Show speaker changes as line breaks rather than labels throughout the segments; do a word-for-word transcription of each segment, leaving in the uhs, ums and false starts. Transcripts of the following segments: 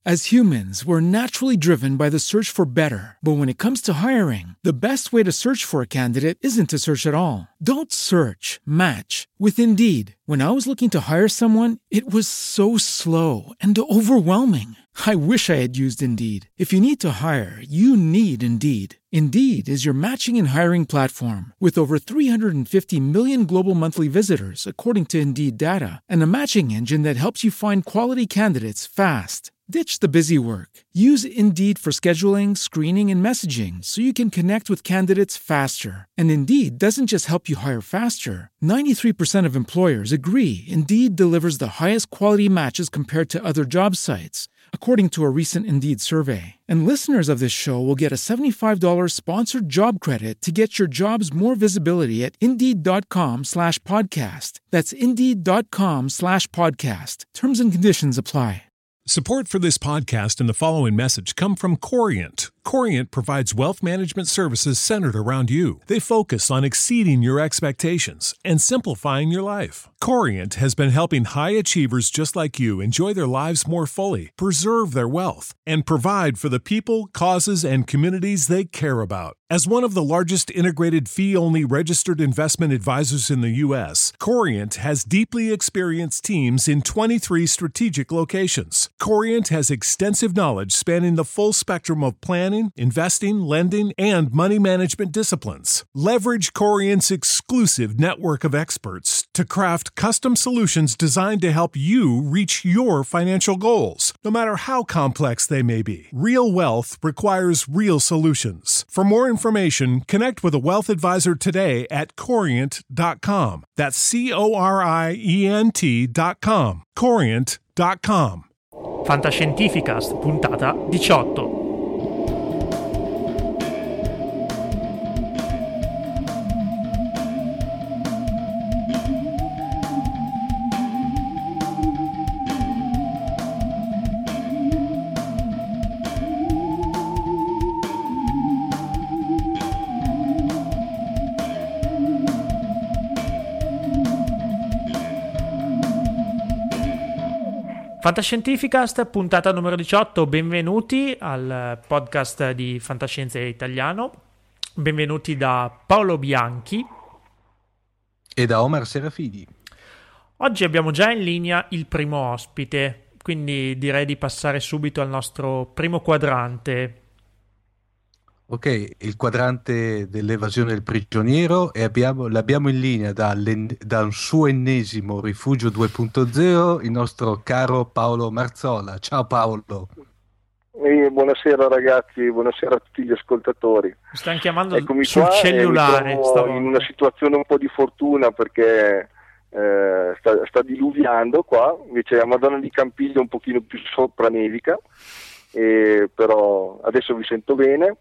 As humans, we're naturally driven by the search for better. But when it comes to hiring, the best way to search for a candidate isn't to search at all. Don't search, match with Indeed. When I was looking to hire someone, it was so slow and overwhelming. I wish I had used Indeed. If you need to hire, you need Indeed. Indeed is your matching and hiring platform with over three hundred fifty million global monthly visitors, according to Indeed data, and a matching engine that helps you find quality candidates fast. Ditch the busy work. Use Indeed for scheduling, screening, and messaging so you can connect with candidates faster. And Indeed doesn't just help you hire faster. ninety-three percent of employers agree Indeed delivers the highest quality matches compared to other job sites, according to a recent Indeed survey. And listeners of this show will get a seventy-five dollars sponsored job credit to get your jobs more visibility at Indeed.com slash podcast. That's Indeed.com slash podcast. Terms and conditions apply.
Support for this podcast and the following message come from Corient. Corient provides wealth management services centered around you. They focus on exceeding your expectations and simplifying your life. Corient has been helping high achievers just like you enjoy their lives more fully, preserve their wealth, and provide for the people, causes, and communities they care about. As one of the largest integrated fee-only registered investment advisors in the U S, Corient has deeply experienced teams in twenty-three strategic locations. Corient has extensive knowledge spanning the full spectrum of planning, investing, lending, and money management disciplines. Leverage Corient's exclusive network of experts to craft custom solutions designed to help you reach your financial goals, no matter how complex they may be. Real wealth requires real solutions. For more information, connect with a wealth advisor today at corient dot com. That's C O R I E N T dot com. corient dot com.
Fantascientificast, puntata diciotto. Fantascientificast, puntata numero diciotto, benvenuti al podcast di Fantascienza Italiano, benvenuti da Paolo Bianchi
e da Omar Serafini.
Oggi abbiamo già in linea il primo ospite, quindi direi di passare subito al nostro primo quadrante.
Ok, il quadrante dell'evasione del prigioniero e abbiamo, l'abbiamo in linea da un suo ennesimo rifugio due punto zero, il nostro caro Paolo Marzola. Ciao Paolo.
E buonasera ragazzi, buonasera a tutti gli ascoltatori.
Mi stanno chiamando
Eccomi
sul
qua,
cellulare.
Eh, mi trovo in una situazione un po' di fortuna perché eh, sta, sta diluviando qua, invece a Madonna di Campiglio un pochino più sopra nevica, eh, però adesso vi sento bene.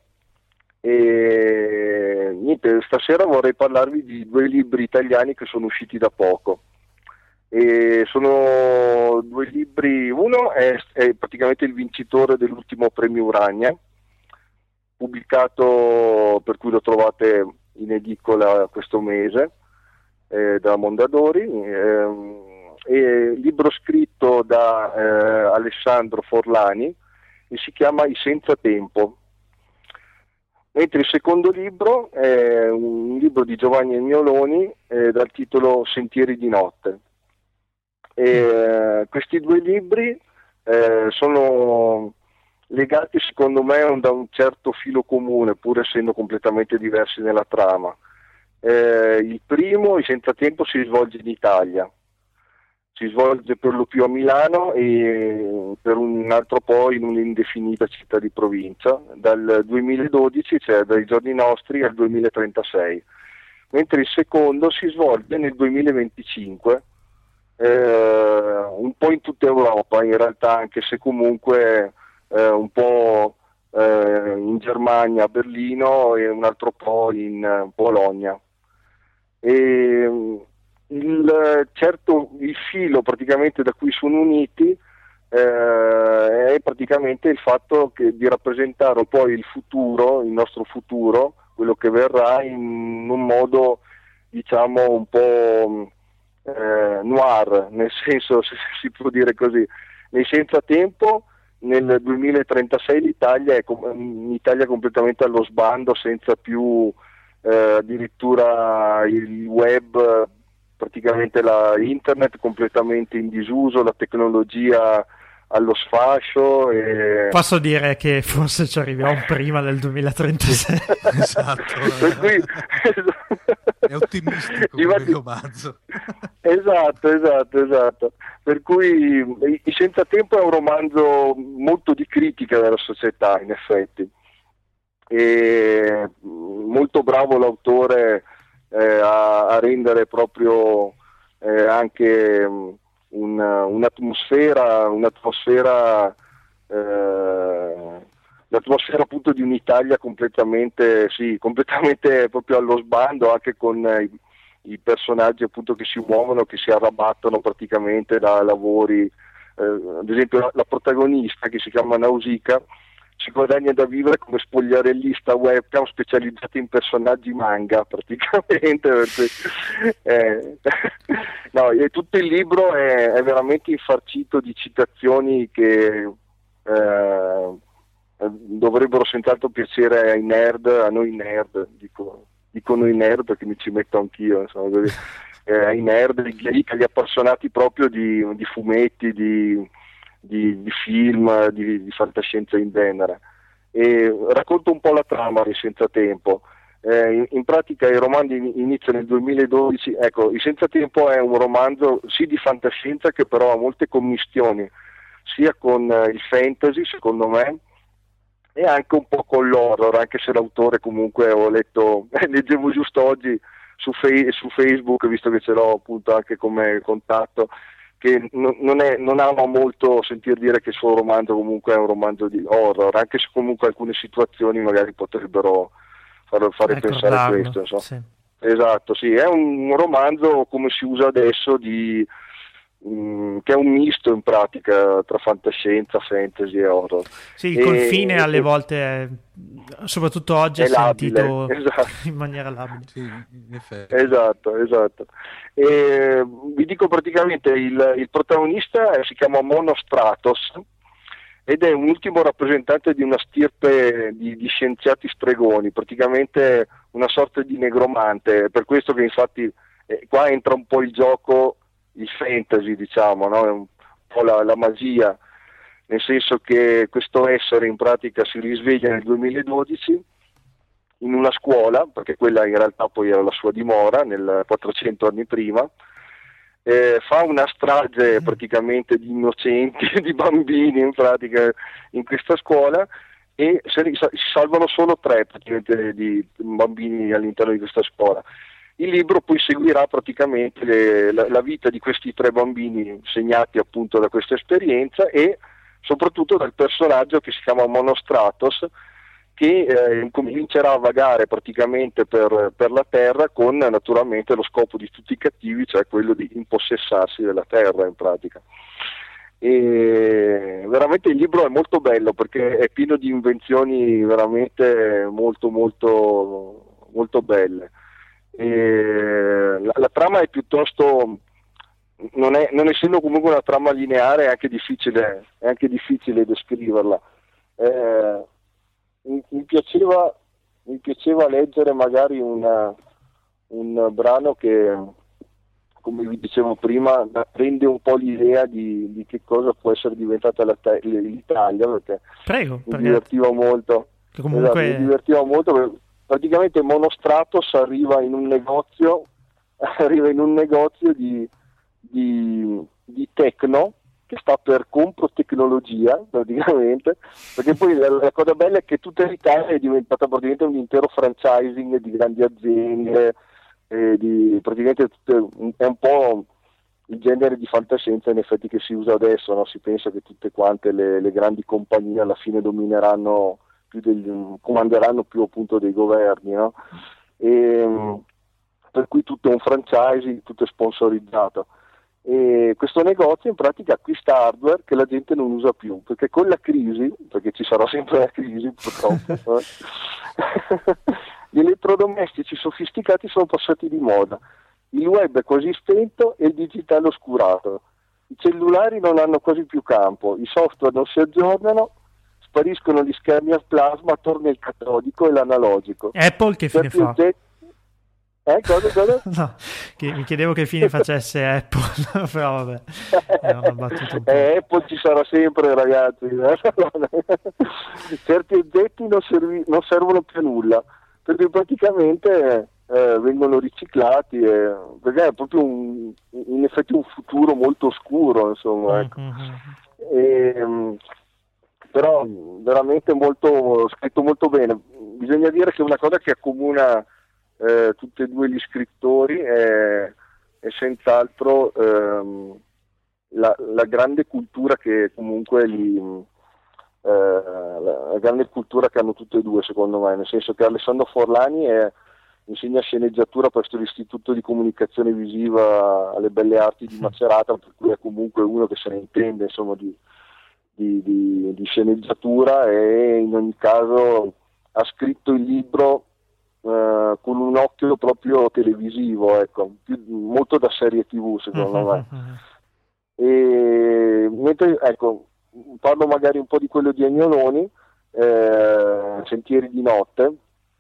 E niente, stasera vorrei parlarvi di due libri italiani che sono usciti da poco. E sono due libri, uno è, è praticamente il vincitore dell'ultimo premio Urania, pubblicato, per cui lo trovate in edicola questo mese, eh, da Mondadori, eh, è libro scritto da eh, Alessandro Forlani e si chiama I Senza Tempo. Mentre il secondo libro è un libro di Giovanni Agnoloni eh, dal titolo Sentieri di notte. E, eh, questi due libri eh, sono legati secondo me da un certo filo comune, pur essendo completamente diversi nella trama. Eh, il primo, I Senza Tempo, si svolge in Italia. Si svolge per lo più a Milano e per un altro po' in un'indefinita città di provincia, dal duemiladodici, cioè dai giorni nostri, al duemilatrentasei, mentre il secondo si svolge nel duemilaventicinque, eh, un po' in tutta Europa in realtà, anche se comunque eh, un po' eh, in Germania, a Berlino, e un altro po' in eh, Bologna. E, Il, certo, il filo praticamente da cui sono uniti eh, è praticamente il fatto che, di rappresentare un po' il futuro, il nostro futuro, quello che verrà, in un modo diciamo un po' eh, noir, nel senso, se si può dire così. Nei Senza Tempo nel duemilatrentasei l'Italia è com- un'Italia completamente allo sbando, senza più eh, addirittura il web, praticamente la internet completamente in disuso, la tecnologia allo sfascio. E...
Posso dire che forse ci arriviamo prima del duemilatrentasei.
Esatto,
per cui...
è ottimistico come
Infatti...
romanzo.
Esatto, esatto, esatto. Per cui I Senza Tempo è un romanzo molto di critica della società, in effetti. E molto bravo l'autore eh, a, a rendere proprio eh, anche um, un, un'atmosfera, un'atmosfera, eh, l'atmosfera appunto di un'Italia completamente, sì, completamente proprio allo sbando, anche con eh, i personaggi appunto che si muovono, che si arrabattano praticamente da lavori, eh, ad esempio la, la protagonista, che si chiama Nausicaa, si guadagna da vivere come spogliarellista webcam specializzata in personaggi manga praticamente. Perché, eh, no, e tutto il libro è, è veramente infarcito di citazioni che eh, dovrebbero senz'altro piacere ai nerd, a noi nerd, dico, dico noi nerd perché mi ci metto anch'io, insomma, così, eh, ai nerd, agli appassionati proprio di, di fumetti, di Di, di film, di, di fantascienza in genere. E racconto un po' la trama di Senza Tempo. Eh, in, in pratica il romanzo inizia nel duemiladodici. Ecco, Il Senza Tempo è un romanzo sì di fantascienza, che però ha molte commistioni sia con eh, il fantasy, secondo me, e anche un po' con l'horror, anche se l'autore, comunque, ho letto, eh, leggevo giusto oggi su, fe- su Facebook, visto che ce l'ho appunto anche come contatto, che non, non, è, non ama molto sentir dire che il suo romanzo comunque è un romanzo di horror, anche se comunque alcune situazioni magari potrebbero far, fare
ecco,
pensare
darlo,
questo, insomma.
Sì.
Esatto, sì, è un romanzo come si usa adesso, di mh, che è un misto in pratica tra fantascienza, fantasy e horror.
Sì, il
e,
confine alle
e,
volte è, soprattutto oggi, è,
è labile,
sentito
esatto.
in maniera labile.
Sì, in effetti.
Esatto, esatto. E vi dico praticamente il, il protagonista si chiama Monostratos ed è un ultimo rappresentante di una stirpe di, di scienziati stregoni, praticamente una sorta di negromante. È per questo che infatti eh, qua entra un po' il gioco, il fantasy, diciamo, no? Un po' la, la magia, nel senso che questo essere in pratica si risveglia nel duemiladodici in una scuola, perché quella in realtà poi era la sua dimora nel quattrocento anni prima, eh, fa una strage praticamente di innocenti, di bambini in pratica in questa scuola, e se ne, si salvano solo tre praticamente di bambini all'interno di questa scuola. Il libro poi seguirà praticamente le, la, la vita di questi tre bambini segnati appunto da questa esperienza, e soprattutto dal personaggio che si chiama Monostratos, che eh, comincerà a vagare praticamente per, per la terra, con naturalmente lo scopo di tutti i cattivi, cioè quello di impossessarsi della terra in pratica. E veramente il libro è molto bello perché è pieno di invenzioni veramente molto molto molto belle. E la, la trama è piuttosto, non, è, non essendo comunque una trama lineare, è anche difficile, è anche difficile descriverla. Eh, Mi, mi, piaceva, mi piaceva leggere magari una, un brano che, come vi dicevo prima, prende un po' l'idea di, di che cosa può essere diventata la te- l'Italia, perché
Prego,
mi
perché
divertiva molto.
comunque...
Esatto, mi divertiva molto perché praticamente Monostratos arriva in un negozio arriva in un negozio di, di, di techno, che sta per Comprotecnologia praticamente, perché poi la, la cosa bella è che tutta l'Italia è diventata praticamente un intero franchising di grandi aziende, eh, di, praticamente tutte, è un po' il genere di fantascienza in effetti che si usa adesso, no? Si pensa che tutte quante le, le grandi compagnie alla fine domineranno più del, comanderanno più appunto dei governi, no? E, per cui tutto è un franchising, tutto è sponsorizzato. E questo negozio in pratica acquista hardware che la gente non usa più, perché con la crisi, perché ci sarà sempre la crisi purtroppo, eh, gli elettrodomestici sofisticati sono passati di moda, il web è quasi spento e il digitale oscurato, i cellulari non hanno quasi più campo, i software non si aggiornano, spariscono gli schermi a plasma, torna il catodico e l'analogico.
Apple che fine
Certi
fa?
oggetti... Eh, cosa, cosa?
No, che mi chiedevo che fine facesse Apple, però vabbè, è una battuta un po'.
Eh, Apple ci sarà sempre, ragazzi. Certi oggetti non, servi- non servono più a nulla, perché praticamente eh, vengono riciclati, e, perché è proprio un, in effetti un futuro molto oscuro, insomma, ecco.
Mm-hmm.
E, però veramente molto scritto molto bene. Bisogna dire che una cosa che accomuna eh, tutti e due gli scrittori è, è senz'altro ehm, la, la grande cultura che comunque li, eh, la, la grande cultura che hanno tutti e due, secondo me, nel senso che Alessandro Forlani è, insegna sceneggiatura presso l'Istituto di Comunicazione Visiva alle Belle Arti di Macerata, per cui è comunque uno che se ne intende, insomma, di Di, di, di sceneggiatura, e in ogni caso ha scritto il libro eh, con un occhio proprio televisivo, ecco, più, molto da serie tv, secondo me. E mentre, ecco, parlo magari un po' di quello di Agnoloni, eh, Sentieri di notte,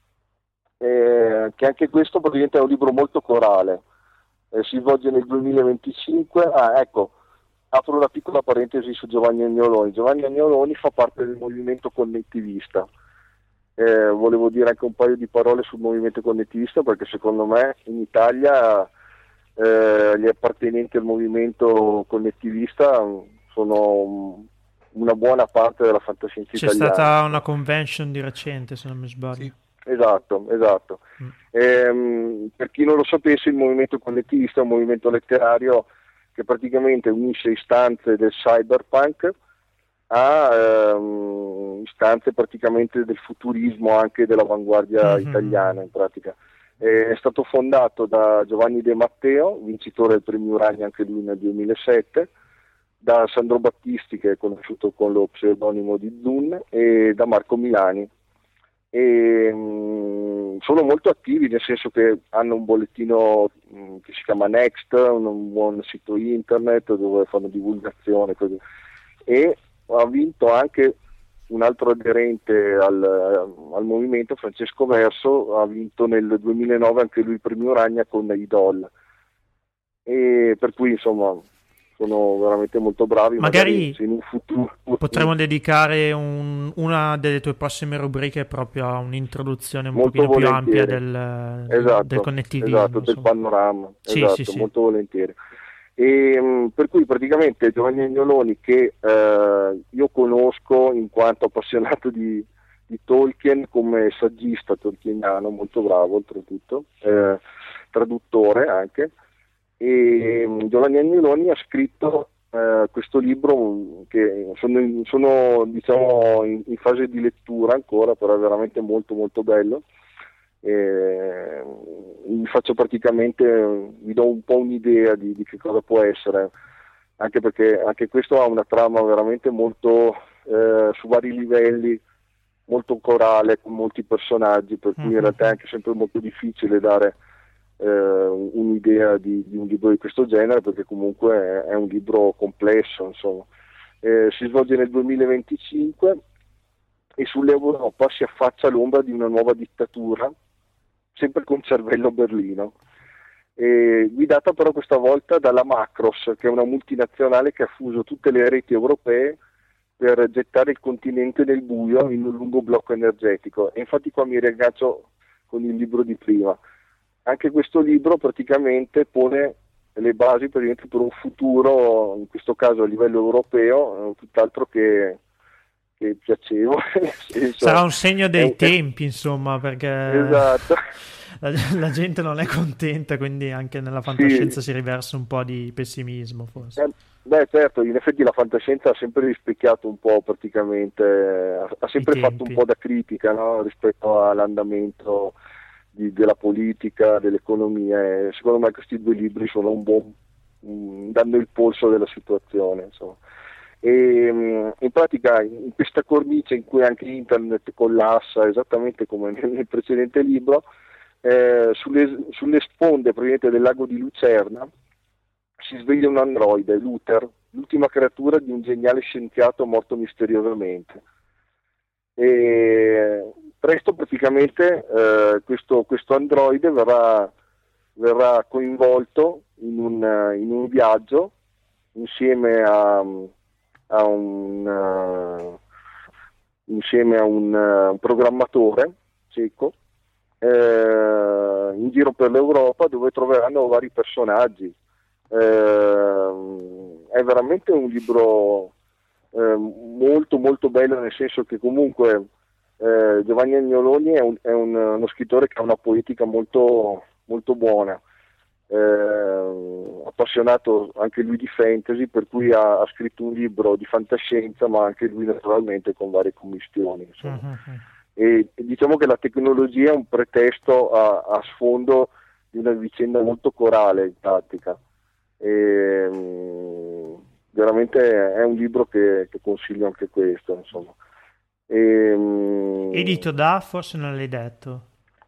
eh, che anche questo praticamente è un libro molto corale, eh, si svolge nel duemilaventicinque. Ah, ecco, apro una piccola parentesi su Giovanni Agnoloni. Giovanni Agnoloni fa parte del movimento connettivista. Eh, volevo dire anche un paio di parole sul movimento connettivista, perché secondo me in Italia eh, gli appartenenti al movimento connettivista sono una buona parte della fantascienza
C'è
italiana.
C'è stata una convention di recente, se non mi sbaglio.
Sì.
Esatto, esatto. Mm. Ehm, per chi non lo sapesse, il movimento connettivista è un movimento letterario che praticamente unisce istanze del cyberpunk a ehm, istanze praticamente del futurismo, anche dell'avanguardia mm-hmm. italiana in pratica. È stato fondato da Giovanni De Matteo, vincitore del premio Urania anche lui nel duemilasette, da Sandro Battisti, che è conosciuto con lo pseudonimo di Zun, e da Marco Milani. E, mh, sono molto attivi, nel senso che hanno un bollettino mh, che si chiama Next, un, un buon sito internet dove fanno divulgazione, così. E ha vinto anche un altro aderente al, al movimento, Francesco Verso, ha vinto nel duemilanove anche lui il premio Ragna con Idol, e per cui insomma sono veramente molto bravi.
Magari, magari
in un futuro
potremmo dedicare un, una delle tue prossime rubriche proprio a un'introduzione un
molto
pochino più
volentieri.
ampia del,
esatto,
del connettivismo,
esatto, del panorama,
sì,
esatto,
sì, sì.
molto volentieri. E, mh, per cui praticamente Giovanni Agnoloni, che eh, io conosco in quanto appassionato di, di Tolkien, come saggista tolkieniano, molto bravo oltretutto, eh, traduttore anche, e mh, Giovanni Agnoloni ha scritto eh, questo libro che sono, in, sono diciamo in, in fase di lettura ancora, però è veramente molto molto bello. Eh, vi faccio praticamente, vi do un po' un'idea di, di che cosa può essere, anche perché anche questo ha una trama veramente molto eh, su vari livelli, molto corale, con molti personaggi, per cui in realtà è anche sempre molto difficile dare eh, un'idea di, di un libro di questo genere, perché comunque è, è un libro complesso, insomma. Eh, si svolge nel duemilaventicinque e sull'Europa si affaccia l'ombra di una nuova dittatura, sempre con cervello berlino, eh, guidata però questa volta dalla Macros, che è una multinazionale che ha fuso tutte le reti europee per gettare il continente nel buio in un lungo blocco energetico. E infatti qua mi riaggancio con il libro di prima. Anche questo libro praticamente pone le basi per un futuro, in questo caso a livello europeo, tutt'altro che che piacevole.
Sarà un segno dei
un...
tempi, insomma, perché
esatto.
la, la gente non è contenta, quindi anche nella fantascienza sì. si riversa un po' di pessimismo, forse.
Eh, beh, certo, in effetti la fantascienza ha sempre rispecchiato un po' praticamente, ha sempre fatto un po' da critica, no? Rispetto all'andamento di, della politica, dell'economia, e secondo me questi due libri sono un buon, um, danno il polso della situazione, insomma. E in pratica in questa cornice in cui anche internet collassa, esattamente come nel precedente libro, eh, sulle, sulle sponde praticamente del lago di Lucerna si sveglia un androide, Luther, l'ultima creatura di un geniale scienziato morto misteriosamente. E presto praticamente eh, questo, questo androide verrà, verrà coinvolto in un, in un viaggio insieme a, a un uh, insieme a un, uh, un programmatore cieco eh, in giro per l'Europa, dove troveranno vari personaggi. Eh, è veramente un libro eh, molto molto bello, nel senso che comunque eh, Giovanni Agnoloni è, un, è un, uno scrittore che ha una poetica molto, molto buona, eh, appassionato anche lui di fantasy, per cui ha, ha scritto un libro di fantascienza, ma anche lui naturalmente con varie commistioni, insomma. Mm-hmm. E, e diciamo che la tecnologia è un pretesto a, a sfondo di una vicenda molto corale in pratica. E, um, veramente è un libro che, che consiglio anche questo, insomma. E, um,
edito da, forse non l'hai detto.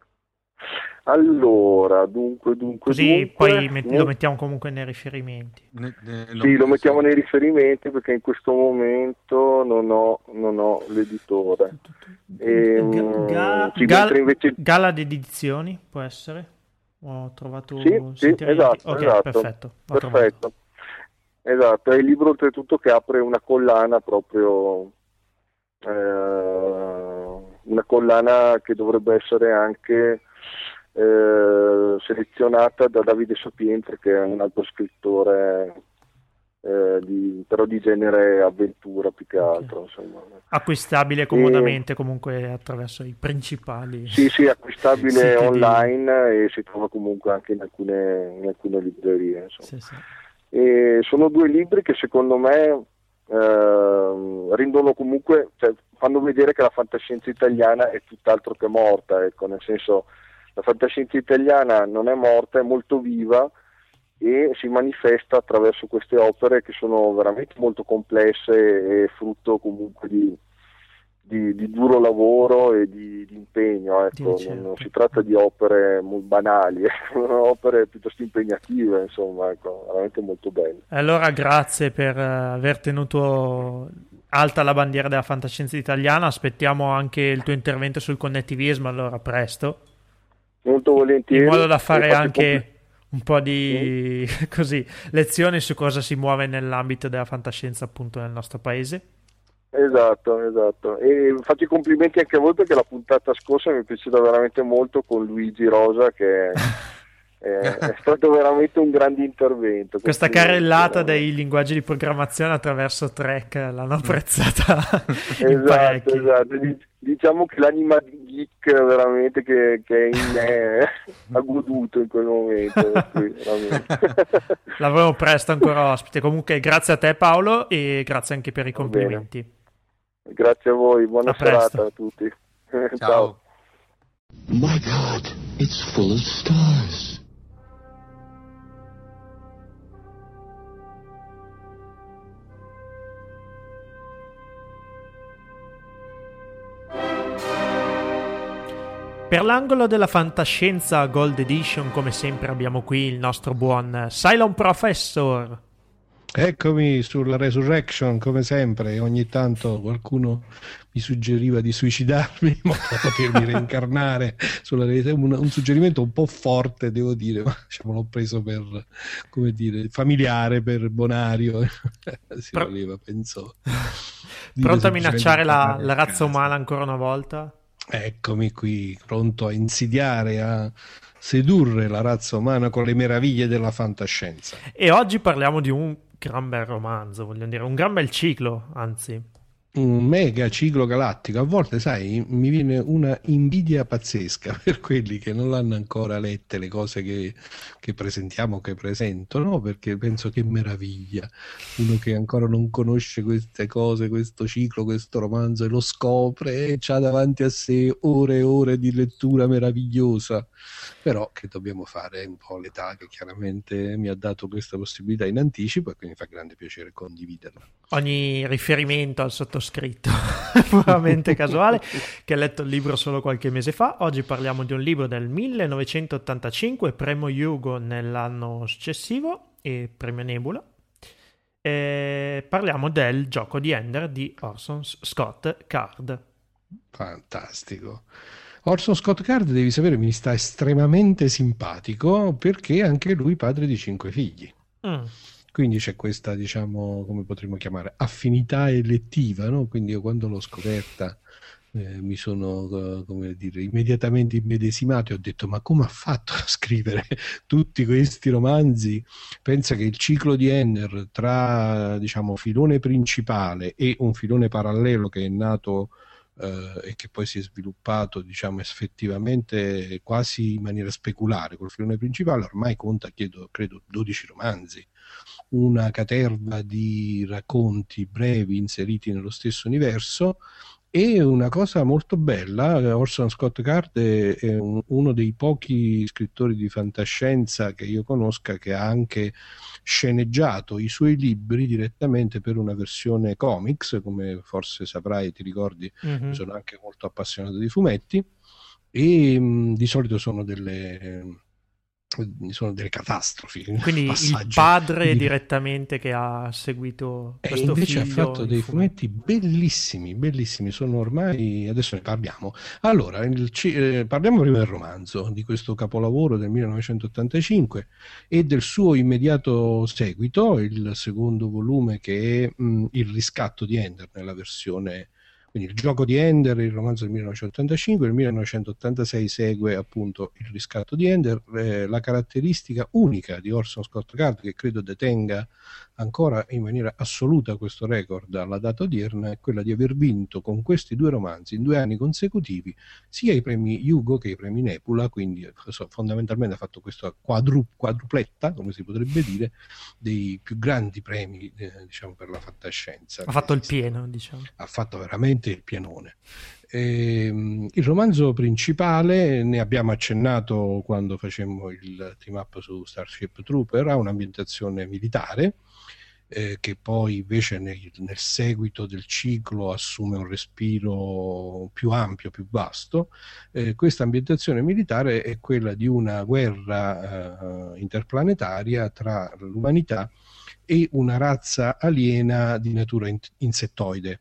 Allora, dunque, dunque,
così
dunque,
poi met- lo mettiamo comunque nei riferimenti.
Ne, ne, sì, lo mettiamo nei riferimenti, perché in questo momento non ho, non ho l'editore. E,
Ga-
sì,
Gal-
invece...
Gala di edizioni, può essere? Ho trovato
sì, sì, esatto,
okay,
esatto,
perfetto,
perfetto. Esatto, è il libro oltretutto che apre una collana proprio eh, una collana che dovrebbe essere anche eh, selezionata da Davide Sapienza, che è un altro scrittore eh, di, però di genere avventura più che altro, okay. Insomma.
Acquistabile comodamente e... comunque attraverso i principali
sì sì acquistabile online di... e si trova comunque anche in alcune, in alcune librerie, sì, sì. E sono due libri che secondo me eh, rendono comunque, cioè, fanno vedere che la fantascienza italiana è tutt'altro che morta, ecco, nel senso, la fantascienza italiana non è morta, è molto viva e si manifesta attraverso queste opere che sono veramente molto complesse e frutto comunque di, di, di duro lavoro e di, di impegno, ecco.
Certo.
Non, non si tratta di opere molto banali, sono opere piuttosto impegnative, insomma, ecco, veramente molto belle.
Allora grazie per aver tenuto alta la bandiera della fantascienza italiana, aspettiamo anche il tuo intervento sul connettivismo, allora presto.
Molto volentieri.
In modo da fare anche
compl-
un po' di mm. così, lezioni su cosa si muove nell'ambito della fantascienza appunto nel nostro paese.
Esatto, esatto. E faccio i complimenti anche a voi, perché la puntata scorsa mi è piaciuta veramente molto con Luigi Rosa, che è, è stato veramente un grande intervento.
Questa carrellata dei linguaggi di programmazione attraverso Trek l'hanno apprezzata.
Esatto, esatto. Diciamo che l'anima geek veramente che, che in me ha goduto in quel momento.
L'avremo presto ancora ospite. Comunque grazie a te Paolo e grazie anche per i complimenti.
Grazie a voi, buona
a
serata
presto.
a tutti.
Ciao.
Ciao.
My God, it's full of stars.
Per l'angolo della fantascienza Gold Edition, come sempre, abbiamo qui il nostro buon Cylon Professor.
Eccomi sulla Resurrection, come sempre. Ogni tanto qualcuno mi suggeriva di suicidarmi in modo da potermi reincarnare sulla realtà. Un, un suggerimento un po' forte, devo dire, ma diciamo, l'ho preso per, come dire, familiare, per bonario. Si
Pro-
voleva, penso.
Pronto a minacciare la, la razza umana ancora una volta?
Eccomi qui, pronto a insidiare, a sedurre la razza umana con le meraviglie della fantascienza.
E oggi parliamo di un gran bel romanzo, voglio dire, un gran bel ciclo, anzi.
Un mega ciclo galattico. A volte, sai, mi viene una invidia pazzesca per quelli che non l'hanno ancora lette le cose che, che presentiamo, che presento, no? Perché penso che meraviglia. Uno che ancora non conosce queste cose, questo ciclo, questo romanzo, e lo scopre e c'ha davanti a sé ore e ore di lettura meravigliosa. Però che dobbiamo fare? È un po' l'età che chiaramente mi ha dato questa possibilità in anticipo, e quindi fa grande piacere condividerla.
Ogni riferimento al sottoscritto è puramente casuale, che ha letto il libro solo qualche mese fa. Oggi parliamo di un libro del millenovecentottantacinque, Primo Jugo nell'anno successivo, e Premio Nebula. E parliamo del gioco di Ender di Orson Scott Card.
Fantastico. Orson Scott Card, devi sapere, mi sta estremamente simpatico perché anche lui padre di cinque figli.
Mm.
Quindi c'è questa, diciamo, come potremmo chiamare, affinità elettiva, no? Quindi io quando l'ho scoperta eh, mi sono, eh, come dire, immediatamente immedesimato e ho detto: ma come ha fatto a scrivere tutti questi romanzi? Pensa che il ciclo di Ender tra, diciamo, filone principale e un filone parallelo che è nato Uh, e che poi si è sviluppato, diciamo, effettivamente quasi in maniera speculare col filone principale, ormai conta, chiedo, credo, dodici romanzi, una caterva di racconti brevi inseriti nello stesso universo. E una cosa molto bella, Orson Scott Card è, è un, uno dei pochi scrittori di fantascienza che io conosca che ha anche sceneggiato i suoi libri direttamente per una versione comics, come forse saprai, ti ricordi,
Mm-hmm.
sono anche molto appassionato di fumetti e mh, di solito sono delle... sono delle catastrofi.
Quindi il padre di... direttamente che ha seguito
e
questo
invece
figlio
ha fatto dei fumetti. fumetti bellissimi, bellissimi, sono ormai, adesso ne parliamo. Allora, il, eh, parliamo prima del romanzo, di questo capolavoro del millenovecentottantacinque e del suo immediato seguito, il secondo volume che è mh, Il riscatto di Ender nella versione. Quindi il gioco di Ender, il romanzo del millenovecentottantacinque, nel millenovecentottantasei segue appunto Il riscatto di Ender. Eh, la caratteristica unica di Orson Scott Card, che credo detenga ancora in maniera assoluta questo record alla data odierna, è quella di aver vinto con questi due romanzi in due anni consecutivi sia i premi Hugo che i premi Nebula, quindi so, fondamentalmente ha fatto questa quadru, quadrupletta, come si potrebbe dire, dei più grandi premi eh, diciamo per la fantascienza.
Ha fatto il pieno, diciamo.
Ha fatto veramente il pianone. Eh, il romanzo principale, ne abbiamo accennato quando facemmo il team up su Starship Trooper, ha un'ambientazione militare eh, che poi invece nel, nel seguito del ciclo assume un respiro più ampio, più vasto. Eh, questa ambientazione militare è quella di una guerra eh, interplanetaria tra l'umanità e una razza aliena di natura in- insettoide.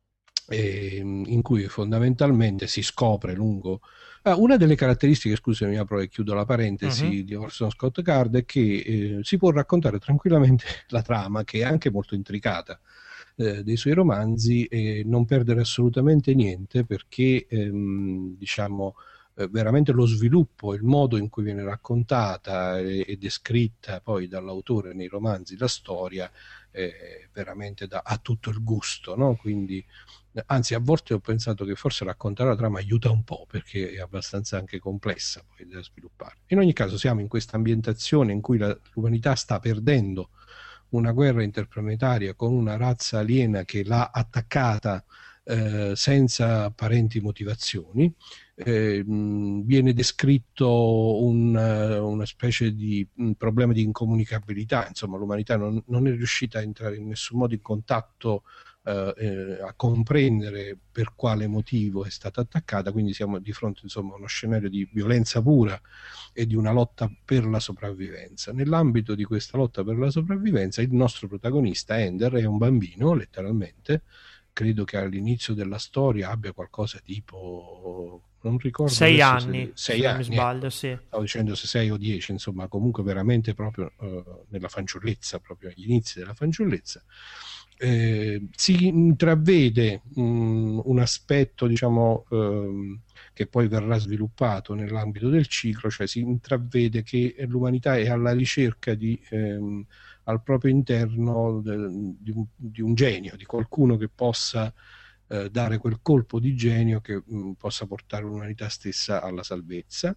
In cui fondamentalmente si scopre lungo ah, una delle caratteristiche, scusami, apro e chiudo la parentesi, uh-huh. di Orson Scott Card è che eh, si può raccontare tranquillamente la trama, che è anche molto intricata, eh, dei suoi romanzi, e non perdere assolutamente niente, perché ehm, diciamo eh, veramente lo sviluppo, il modo in cui viene raccontata e, e descritta poi dall'autore nei romanzi la storia eh, veramente da, ha tutto il gusto, no? Quindi anzi, a volte ho pensato che forse raccontare la trama aiuta un po', perché è abbastanza anche complessa poi da sviluppare. In ogni caso siamo in questa ambientazione in cui la, l'umanità sta perdendo una guerra interplanetaria con una razza aliena che l'ha attaccata eh, senza apparenti motivazioni. Eh, mh, viene descritto un, uh, una specie di mh, problema di incomunicabilità, insomma l'umanità non, non è riuscita a entrare in nessun modo in contatto Uh, eh, a comprendere per quale motivo è stata attaccata, quindi siamo di fronte insomma a uno scenario di violenza pura e di una lotta per la sopravvivenza. Nell'ambito di questa lotta per la sopravvivenza il nostro protagonista Ender è un bambino, letteralmente, credo che all'inizio della storia abbia qualcosa tipo, non ricordo,
sei anni,
se, sei
se
anni,
non mi sbaglio, sì.
Stavo dicendo se sei o dieci, insomma comunque veramente proprio uh, nella fanciullezza, proprio agli inizi della fanciullezza. Eh, si intravede um, un aspetto, diciamo, um, che poi verrà sviluppato nell'ambito del ciclo, cioè si intravede che l'umanità è alla ricerca di, um, al proprio interno de, di, un, di un genio, di qualcuno che possa uh, dare quel colpo di genio che um, possa portare l'umanità stessa alla salvezza.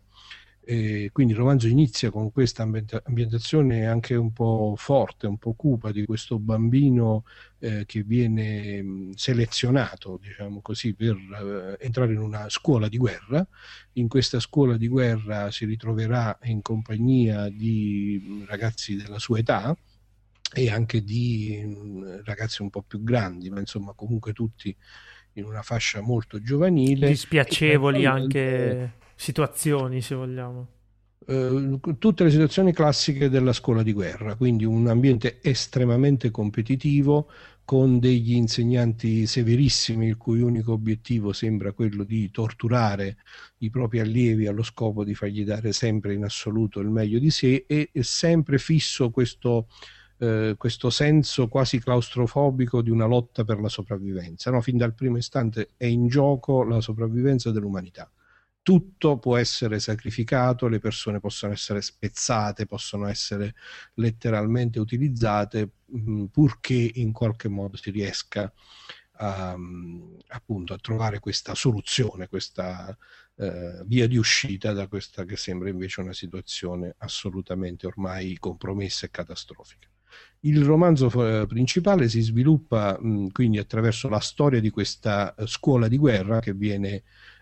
E quindi il romanzo inizia con questa ambientazione anche un po' forte, un po' cupa, di questo bambino eh, che viene mh, selezionato, diciamo così, per eh, entrare in una scuola di guerra. In questa scuola di guerra si ritroverà in compagnia di ragazzi della sua età e anche di mh, ragazzi un po' più grandi, ma insomma comunque tutti in una fascia molto giovanile.
Dispiacevoli anche situazioni, se vogliamo.
eh, tutte le situazioni classiche della scuola di guerra, quindi un ambiente estremamente competitivo, con degli insegnanti severissimi, il cui unico obiettivo sembra quello di torturare i propri allievi allo scopo di fargli dare sempre in assoluto il meglio di sé, e è sempre fisso questo, eh, questo senso quasi claustrofobico di una lotta per la sopravvivenza, no? Fin dal primo istante è in gioco la sopravvivenza dell'umanità. Tutto può essere sacrificato, le persone possono essere spezzate, possono essere letteralmente utilizzate, mh, purché in qualche modo si riesca a, appunto, a trovare questa soluzione, questa eh, via di uscita da questa che sembra invece una situazione assolutamente ormai compromessa e catastrofica. Il romanzo eh, principale si sviluppa mh, quindi attraverso la storia di questa eh, scuola di guerra che viene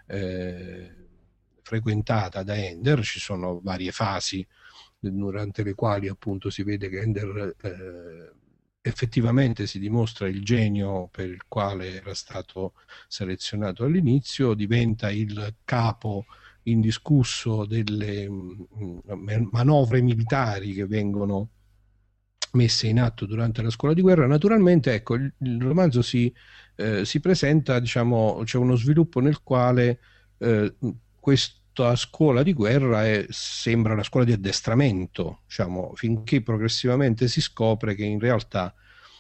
eh, frequentata da Ender. Ci sono varie fasi durante le quali appunto si vede che Ender eh, effettivamente si dimostra il genio per il quale era stato selezionato all'inizio, diventa il capo indiscusso delle mh, manovre militari che vengono messe in atto durante la scuola di guerra. Naturalmente, ecco, il, il romanzo si, eh, si presenta, diciamo, c'è uno sviluppo nel quale eh, questa scuola di guerra è, sembra una scuola di addestramento, diciamo, finché progressivamente si scopre che in realtà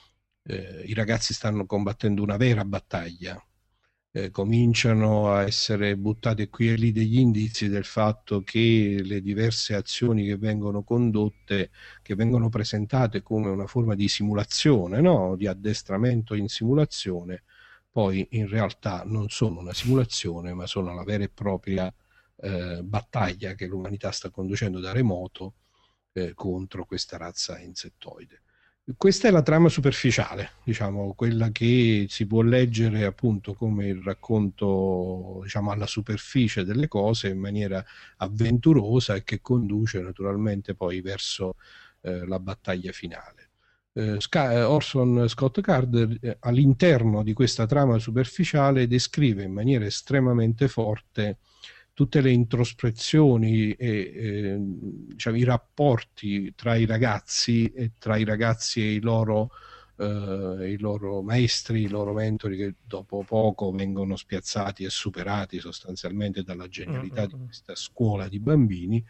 eh, i ragazzi stanno combattendo una vera battaglia. Eh, cominciano a essere buttati qui e lì degli indizi del fatto che le diverse azioni che vengono condotte, che vengono presentate come una forma di simulazione, no? Di addestramento in simulazione, poi in realtà non sono una simulazione, ma sono la vera e propria eh, battaglia che l'umanità sta conducendo da remoto eh, contro questa razza insettoide. Questa è la trama superficiale, diciamo, quella che si può leggere appunto come il racconto, diciamo, alla superficie delle cose in maniera avventurosa e che conduce naturalmente poi verso eh, la battaglia finale. Eh, Sc- Orson Scott Card eh, all'interno di questa trama superficiale descrive in maniera estremamente forte tutte le introspezioni e eh, diciamo, i rapporti tra i ragazzi e tra i ragazzi e i loro, eh, i loro maestri, i loro mentori, che dopo poco vengono spiazzati e superati sostanzialmente dalla genialità di questa scuola di bambini,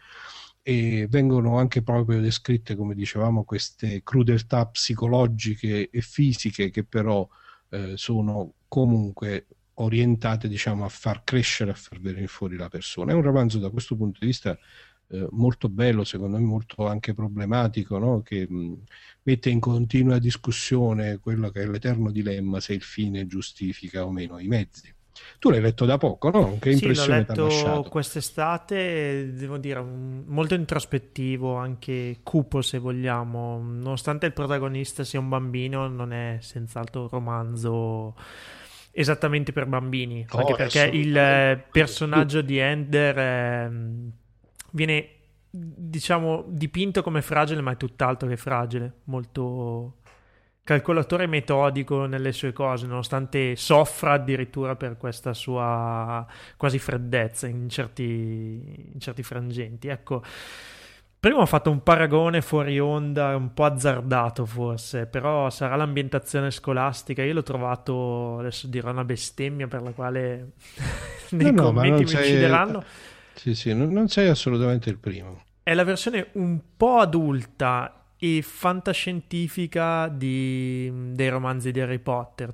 e vengono anche proprio descritte, come dicevamo, queste crudeltà psicologiche e fisiche che però eh, sono comunque orientate, diciamo, a far crescere, a far venire fuori la persona. È un romanzo da questo punto di vista eh, molto bello, secondo me molto anche problematico, no? Che mh, mette in continua discussione quello che è l'eterno dilemma se il fine giustifica o meno i mezzi. Tu l'hai letto da poco, no? Che impressione ti ha lasciato?
Sì, l'ho letto quest'estate, devo dire, un, molto introspettivo, anche cupo se vogliamo. Nonostante il protagonista sia un bambino, non è senz'altro un romanzo esattamente per bambini,
Oh,
anche perché il eh, personaggio di Ender eh, viene, diciamo, dipinto come fragile, ma è tutt'altro che fragile, molto calcolatore e metodico nelle sue cose, nonostante soffra addirittura per questa sua quasi freddezza in certi, in certi frangenti. Ecco, prima ho fatto un paragone fuori onda un po' azzardato forse, però sarà l'ambientazione scolastica. Io l'ho trovato, adesso dirò una bestemmia per la quale nei
no, no,
commenti mi
sei...
uccideranno.
Sì, sì, non, non sei assolutamente il primo.
È la versione un po' adulta e fantascientifica di, dei romanzi di Harry Potter.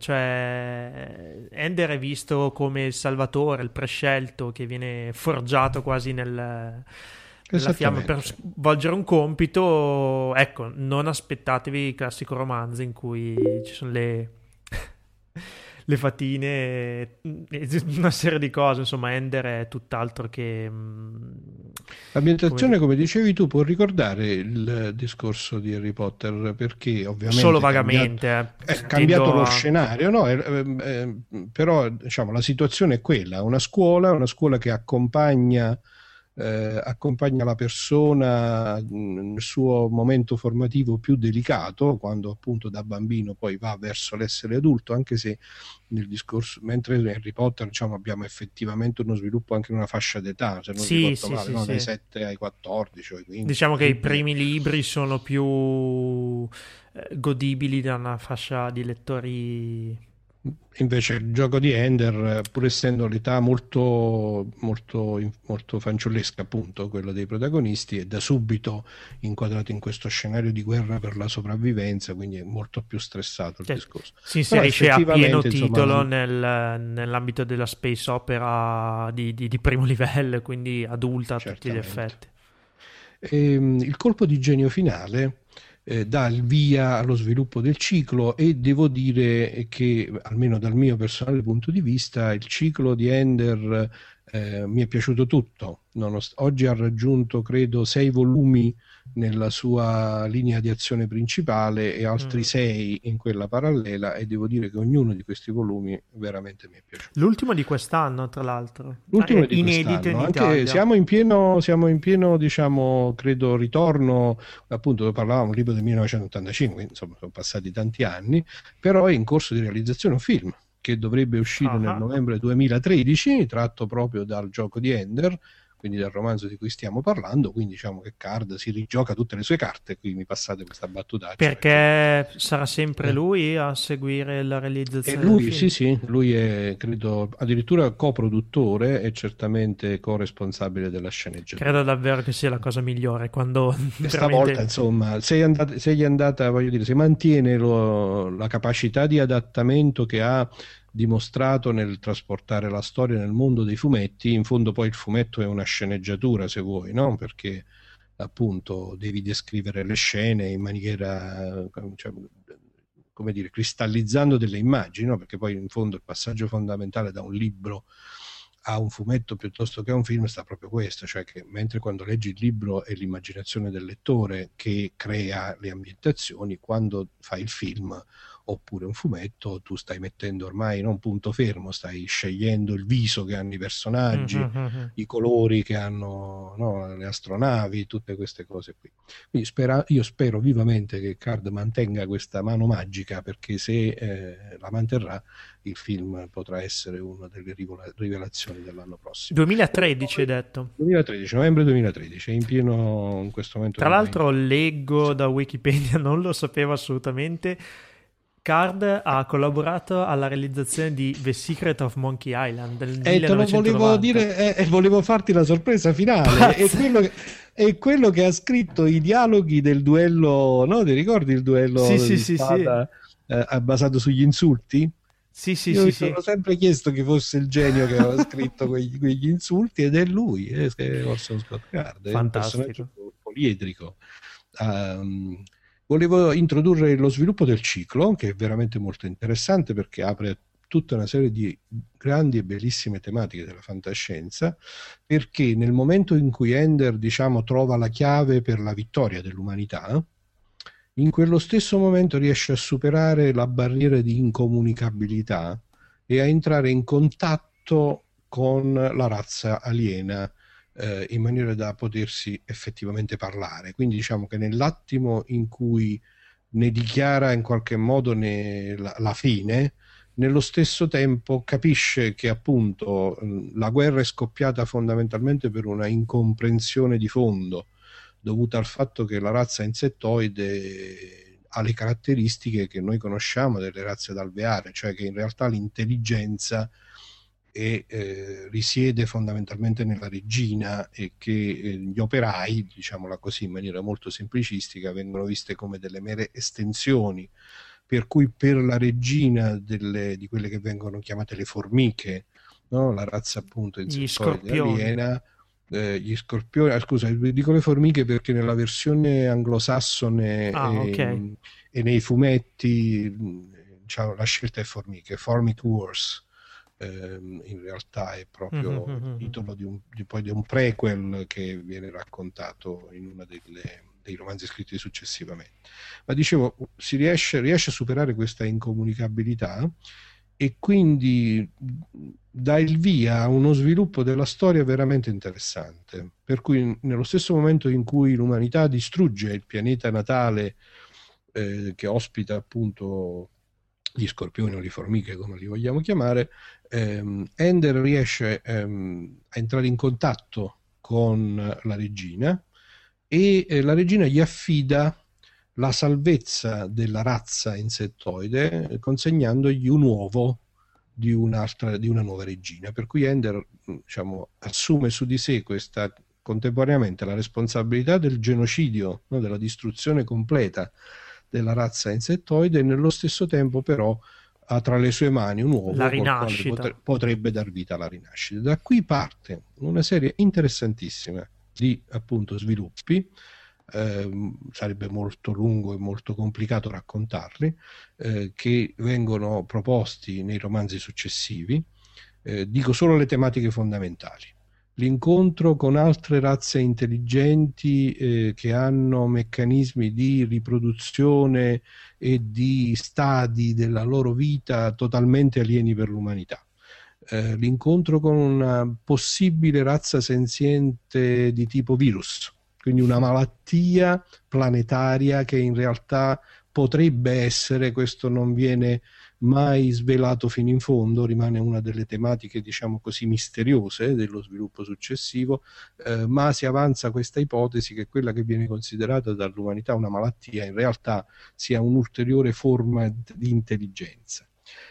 Cioè Ender è visto come il salvatore, il prescelto che viene forgiato quasi nel... la fiamma per svolgere un compito. Ecco, non aspettatevi il classico romanzo in cui ci sono le le fatine, una serie di cose. Insomma, Ender è tutt'altro che
l'ambientazione, come... come dicevi tu, può ricordare il discorso di Harry Potter, perché ovviamente
solo vagamente
è cambiato,
eh,
è cambiato lo
a...
scenario, no? Eh, eh, però diciamo la situazione è quella: una scuola una scuola che accompagna eh, accompagna la persona nel suo momento formativo più delicato, quando appunto da bambino poi va verso l'essere adulto, anche se nel discorso, mentre in Harry Potter diciamo abbiamo effettivamente uno sviluppo anche in una fascia d'età, se non
Sì,
ricordo
sì,
male,
sì,
no?
sì.
Dai sette ai quattordici o ai quindici.
Diciamo che i
Quindi-
primi libri sono più eh, godibili da una fascia di lettori.
Invece il gioco di Ender, pur essendo l'età molto, molto, molto fanciullesca, appunto, quello dei protagonisti, è da subito inquadrato in questo scenario di guerra per la sopravvivenza, quindi è molto più stressato il
Cioè,
discorso.
si inserisce
Però
a pieno
effettivamente, insomma,
titolo
non-
nel- nell'ambito della space opera di, di- di primo livello, quindi adulta a tutti gli
Certamente.
effetti.
Ehm, il colpo di genio finale eh, dà il via allo sviluppo del ciclo, e devo dire che, almeno dal mio personale punto di vista, il ciclo di Ender eh, mi è piaciuto tutto. Nost- oggi ha raggiunto, credo, sei volumi nella sua linea di azione principale e altri
Mm.
sei in quella parallela, e devo dire che ognuno di questi volumi veramente mi è piaciuto.
L'ultimo di quest'anno, tra l'altro.
L'ultimo
Ah, è
di
inedito
quest'anno,
in
anche
Italia.
siamo in pieno, siamo in pieno, diciamo, credo, ritorno, appunto, parlavamo un libro del millenovecentottantacinque, quindi, insomma, sono passati tanti anni, però è in corso di realizzazione un film che dovrebbe uscire
Ah.
nel novembre duemilatredici, tratto proprio dal gioco di Ender, quindi dal romanzo di cui stiamo parlando, quindi diciamo che Card si rigioca tutte le sue carte, qui mi passate questa battutaccia.
Perché sarà sempre
Eh.
lui a seguire la
E
realizzazione del
lui,
film?
sì, sì, lui è, credo, addirittura coproduttore e certamente corresponsabile della sceneggiatura.
Credo davvero che sia la cosa migliore quando
Questa
veramente-
volta, insomma, sei andata, sei andata, voglio dire, se mantiene lo- la capacità di adattamento che ha dimostrato nel trasportare la storia nel mondo dei fumetti. In fondo poi il fumetto è una sceneggiatura, se vuoi, no? Perché appunto devi descrivere le scene in maniera, cioè, come dire, cristallizzando delle immagini, no? Perché poi in fondo il passaggio fondamentale da un libro a un fumetto piuttosto che a un film sta proprio questo, cioè che mentre quando leggi il libro è l'immaginazione del lettore che crea le ambientazioni, quando fai il film oppure un fumetto tu stai mettendo ormai non punto fermo, stai scegliendo il viso che hanno i personaggi,
Mm-hmm.
i colori che hanno, no, le astronavi, tutte queste cose qui. Quindi spera, io spero vivamente che Card mantenga questa mano magica, perché se eh, la manterrà il film potrà essere una delle rivola- rivelazioni dell'anno prossimo.
duemilatredici hai detto.
duemilatredici, novembre duemilatredici, è in pieno in questo momento.
Tra l'altro leggo da Wikipedia, non lo sapevo assolutamente, Card ha collaborato alla realizzazione di The Secret of Monkey Island del
E te lo volevo
millenovecentonovanta.
dire, e eh, volevo farti la sorpresa finale. È quello, che, è quello che ha scritto i dialoghi del duello, no? Ti ricordi il duello
Sì, sì,
di
sì,
spada, eh, basato sugli insulti?
Sì, sì,
Io
sì,
mi
sì.
sono sempre chiesto chi fosse il genio che aveva scritto quegli, quegli insulti, ed è lui, eh, è Orson Scott Card, è un
Fantastico.
personaggio poliedrico. Um, volevo introdurre lo sviluppo del ciclo, che è veramente molto interessante perché apre tutta una serie di grandi e bellissime tematiche della fantascienza, perché nel momento in cui Ender, diciamo, trova la chiave per la vittoria dell'umanità, in quello stesso momento riesce a superare la barriera di incomunicabilità e a entrare in contatto con la razza aliena, eh, in maniera da potersi effettivamente parlare. Quindi diciamo che nell'attimo in cui ne dichiara in qualche modo ne, la, la fine, nello stesso tempo capisce che appunto la guerra è scoppiata fondamentalmente per una incomprensione di fondo, dovuta al fatto che la razza insettoide ha le caratteristiche che noi conosciamo delle razze d'alveare, cioè che in realtà l'intelligenza è, eh, risiede fondamentalmente nella regina, e che eh, gli operai, diciamola così in maniera molto semplicistica, vengono viste come delle mere estensioni, per cui per la regina delle, di quelle che vengono chiamate le formiche, no? La razza appunto insettoide aliena, Eh, gli scorpioni, ah, scusa, dico le formiche perché nella versione anglosassone
ah,
e,
okay.
e nei fumetti, diciamo, la scelta è formiche, Formic Wars, eh, in realtà è proprio
Mm-hmm.
il titolo di un, di, poi di un prequel che viene raccontato in uno dei romanzi scritti successivamente. Ma dicevo, si riesce, riesce a superare questa incomunicabilità, e quindi dà il via a uno sviluppo della storia veramente interessante, per cui nello stesso momento in cui l'umanità distrugge il pianeta natale eh, che ospita appunto gli scorpioni o le formiche, come li vogliamo chiamare, ehm, Ender riesce ehm, a entrare in contatto con la regina e eh, la regina gli affida la salvezza della razza insettoide, eh, consegnandogli un uovo di un'altra, di una nuova regina, per cui Ender, diciamo, assume su di sé questa, contemporaneamente, la responsabilità del genocidio, no, della distruzione completa della razza insettoide, e nello stesso tempo però ha tra le sue mani un uovo
La
col quale
rinascita.
potre, potrebbe dar vita alla rinascita. Da qui parte una serie interessantissima di appunto sviluppi. Eh, sarebbe molto lungo e molto complicato raccontarli, eh, che vengono proposti nei romanzi successivi. Eh, dico solo le tematiche fondamentali: l'incontro con altre razze intelligenti eh, che hanno meccanismi di riproduzione e di stadi della loro vita totalmente alieni per l'umanità. Eh, l'incontro con una possibile razza senziente di tipo virus, quindi una malattia planetaria che in realtà potrebbe essere, questo non viene mai svelato fino in fondo, rimane una delle tematiche, diciamo così, misteriose dello sviluppo successivo, eh, ma si avanza questa ipotesi che quella che viene considerata dall'umanità una malattia in realtà sia un'ulteriore forma di intelligenza.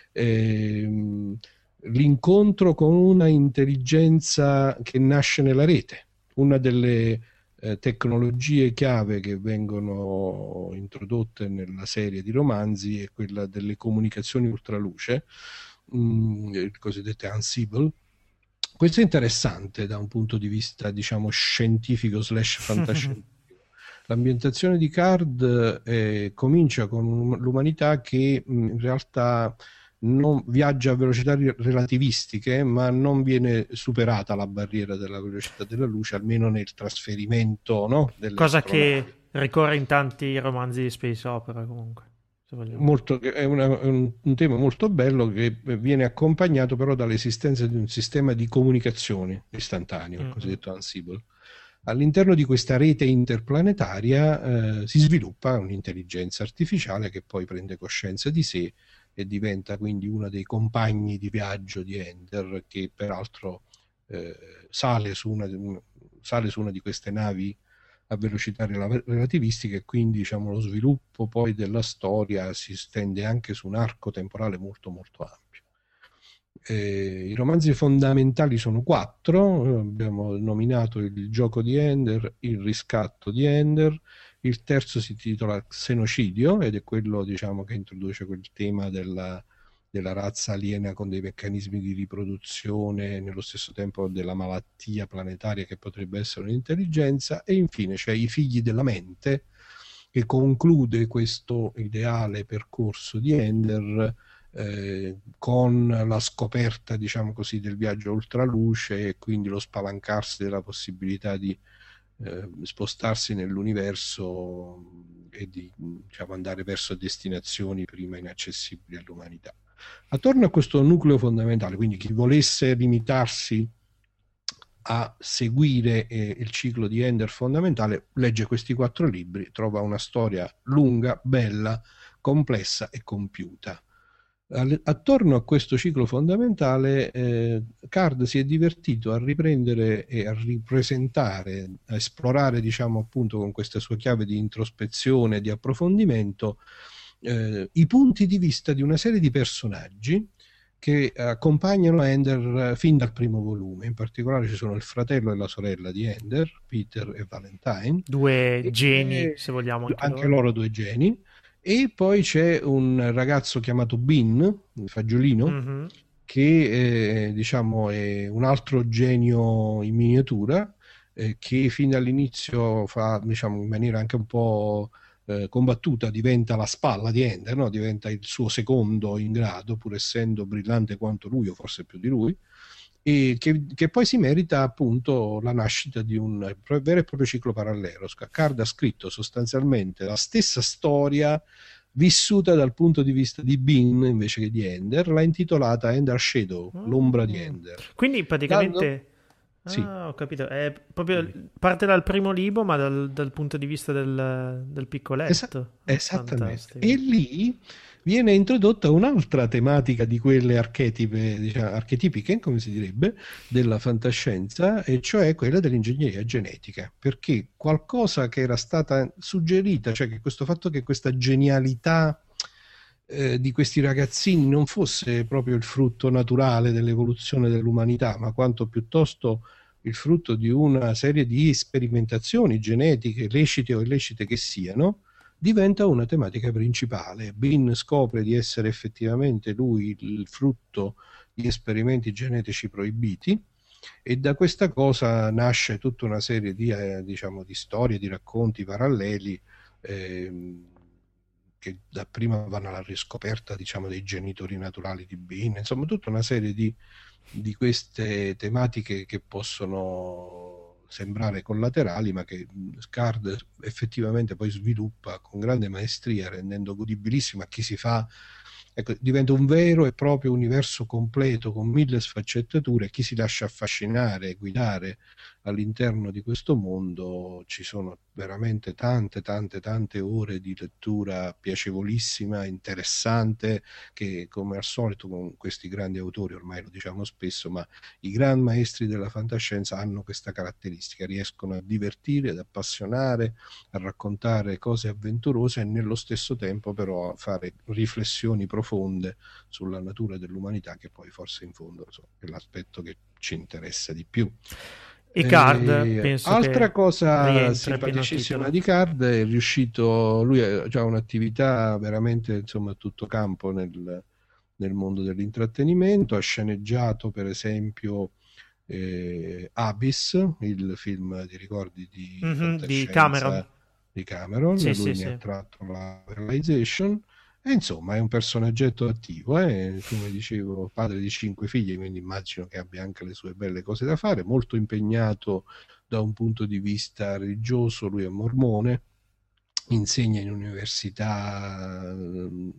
Eh, l'incontro con una intelligenza che nasce nella rete, una delle Eh, tecnologie chiave che vengono introdotte nella serie di romanzi è quella delle comunicazioni ultraluce, mh, il cosiddetto Ansible. Questo è interessante da un punto di vista, diciamo, scientifico slash fantascientifico. L'ambientazione di Card eh, comincia con l'umanità che mh, in realtà non viaggia a velocità relativistiche, ma non viene superata la barriera della velocità della luce, almeno nel trasferimento, no?
Cosa che ricorre in tanti romanzi di space opera, comunque.
Molto, è, una, è un, un tema molto bello, che viene accompagnato però dall'esistenza di un sistema di comunicazioni istantaneo, mm-hmm. il cosiddetto Ansible. All'interno di questa rete interplanetaria eh, si sviluppa un'intelligenza artificiale che poi prende coscienza di sé e diventa quindi uno dei compagni di viaggio di Ender, che peraltro eh, sale, su una, sale su una di queste navi a velocità relativistica, e quindi, diciamo, lo sviluppo poi della storia si stende anche su un arco temporale molto molto ampio. Eh, I romanzi fondamentali sono quattro, abbiamo nominato il gioco di Ender, il riscatto di Ender, il terzo si intitola Xenocidio ed è quello, diciamo, che introduce quel tema della, della razza aliena con dei meccanismi di riproduzione, nello stesso tempo della malattia planetaria che potrebbe essere un'intelligenza, e infine c'è I figli della mente, che conclude questo ideale percorso di Ender eh, con la scoperta, diciamo così, del viaggio ultraluce e quindi lo spalancarsi della possibilità di Eh, spostarsi nell'universo e di, diciamo, andare verso destinazioni prima inaccessibili all'umanità. Attorno a questo nucleo fondamentale, quindi chi volesse limitarsi a seguire eh, il ciclo di Ender fondamentale, legge questi quattro libri, trova una storia lunga, bella, complessa e compiuta. Attorno a questo ciclo fondamentale eh, Card si è divertito a riprendere e a ripresentare, a esplorare, diciamo, appunto, con questa sua chiave di introspezione e di approfondimento eh, i punti di vista di una serie di personaggi che accompagnano Ender fin dal primo volume. In particolare ci sono il fratello e la sorella di Ender, Peter e Valentine,
due
e,
geni,
e,
se vogliamo, anche,
anche
loro.
loro due geni. E poi c'è un ragazzo chiamato Bean, il fagiolino, mm-hmm. che eh, diciamo è un altro genio in miniatura, eh, che fin dall'inizio fa, diciamo, in maniera anche un po' eh, combattuta, diventa la spalla di Ender, no? Diventa il suo secondo in grado, pur essendo brillante quanto lui, o forse più di lui, e che, che poi si merita appunto la nascita di un vero e proprio ciclo parallelo. Card ha scritto sostanzialmente la stessa storia vissuta dal punto di vista di Bean invece che di Ender, l'ha intitolata Ender Shadow, oh. l'ombra di Ender.
Quindi praticamente... Dando...
Sì.
Ah, ho capito. È proprio, parte dal primo libro, ma dal, dal punto di vista del, del piccoletto.
Esa- esattamente.
Fantastico.
E lì viene introdotta un'altra tematica di quelle archetipe, diciamo, archetipiche, come si direbbe, della fantascienza, e cioè quella dell'ingegneria genetica. Perché qualcosa che era stata suggerita, cioè che questo fatto che questa genialità eh, di questi ragazzini non fosse proprio il frutto naturale dell'evoluzione dell'umanità, ma quanto piuttosto il frutto di una serie di sperimentazioni genetiche, lecite o illecite che siano, diventa una tematica principale. Bean scopre di essere effettivamente lui il frutto di esperimenti genetici proibiti, e da questa cosa nasce tutta una serie di, eh, diciamo, di storie, di racconti paralleli eh, che dapprima vanno alla riscoperta, diciamo, dei genitori naturali di Bean, insomma tutta una serie di di queste tematiche che possono sembrare collaterali, ma che Card effettivamente poi sviluppa con grande maestria, rendendo godibilissimo a chi si fa. Ecco, diventa un vero e proprio universo completo con mille sfaccettature, e chi si lascia affascinare e guidare all'interno di questo mondo. Ci sono veramente tante tante tante ore di lettura piacevolissima, interessante, che come al solito con questi grandi autori, ormai lo diciamo spesso, ma i gran maestri della fantascienza hanno questa caratteristica: riescono a divertire, ad appassionare, a raccontare cose avventurose e nello stesso tempo però a fare riflessioni profonde sulla natura dell'umanità, che poi forse in fondo insomma, è l'aspetto che ci interessa di più.
E Card,
eh,
penso
altra
che
cosa simpaticissima di Card, è riuscito, lui ha già un'attività veramente insomma a tutto campo nel, nel mondo dell'intrattenimento. Ha sceneggiato per esempio eh, Abyss, il film di ricordi di,
mm-hmm, di Cameron,
di Cameron.
Sì,
lui
sì,
ne
sì.
ha tratto la realization. E insomma è un personaggetto attivo, eh? Come dicevo, padre di cinque figli, quindi immagino che abbia anche le sue belle cose da fare, molto impegnato da un punto di vista religioso. Lui è mormone, insegna in università, eh,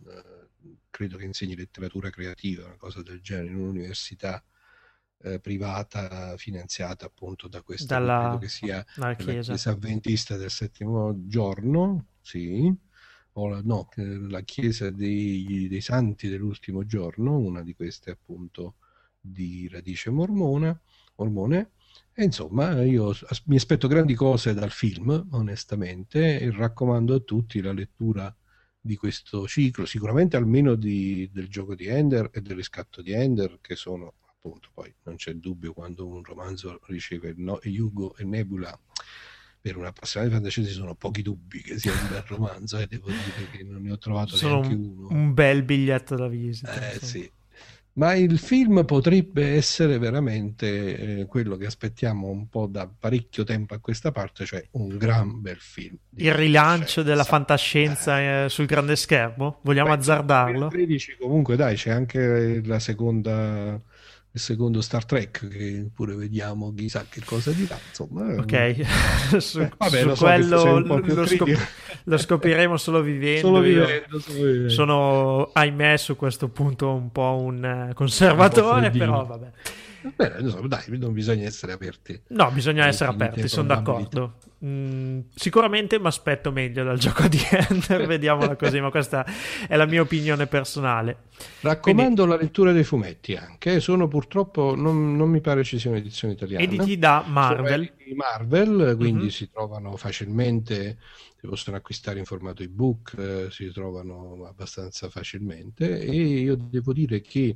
credo che insegni letteratura creativa, una cosa del genere, in un'università eh, privata finanziata appunto da questa,
Dalla,
credo che sia
dalla
la
chiesa.
chiesa avventista del settimo giorno, sì. O la, no, la chiesa dei, dei santi dell'ultimo giorno, una di queste appunto di radice mormona, mormone. E insomma io as- mi aspetto grandi cose dal film, onestamente, e raccomando a tutti la lettura di questo ciclo, sicuramente almeno di, del gioco di Ender e del riscatto di Ender, che sono appunto, poi non c'è dubbio, quando un romanzo riceve no, Hugo e Nebula, per un appassionato di fantascienza ci sono pochi dubbi che sia un bel romanzo, e eh, devo dire che non ne ho trovato
sono
neanche
un,
uno.
Un bel biglietto da visita.
Eh, sì. Ma il film potrebbe essere veramente eh, quello che aspettiamo un po' da parecchio tempo a questa parte, cioè un gran bel film.
Il rilancio della fantascienza eh. Eh, sul grande schermo? Vogliamo Beh, azzardarlo?
nel duemilatredici comunque dai, c'è anche la seconda... il secondo Star Trek, che pure vediamo chissà che cosa dirà, insomma.
Ok, su,
eh, vabbè,
su
lo so
quello
lo,
scop- lo scopriremo solo vivendo.
Solo vivendo, solo vivendo.
Sono, ahimè, su questo punto un po' un conservatore, un però vabbè.
Beh, insomma, dai, non bisogna essere aperti.
No, bisogna essere aperti, sono d'accordo. Mm, sicuramente mi aspetto meglio dal gioco di Ender, vediamola così, ma questa è la mia opinione personale.
Raccomando Quindi, la lettura dei fumetti anche, sono purtroppo, non, non mi pare ci sia un'edizione italiana.
Editi da Marvel.
Sono Marvel, quindi
mm-hmm.
si trovano facilmente, si possono acquistare in formato ebook, eh, si trovano abbastanza facilmente, e io devo dire che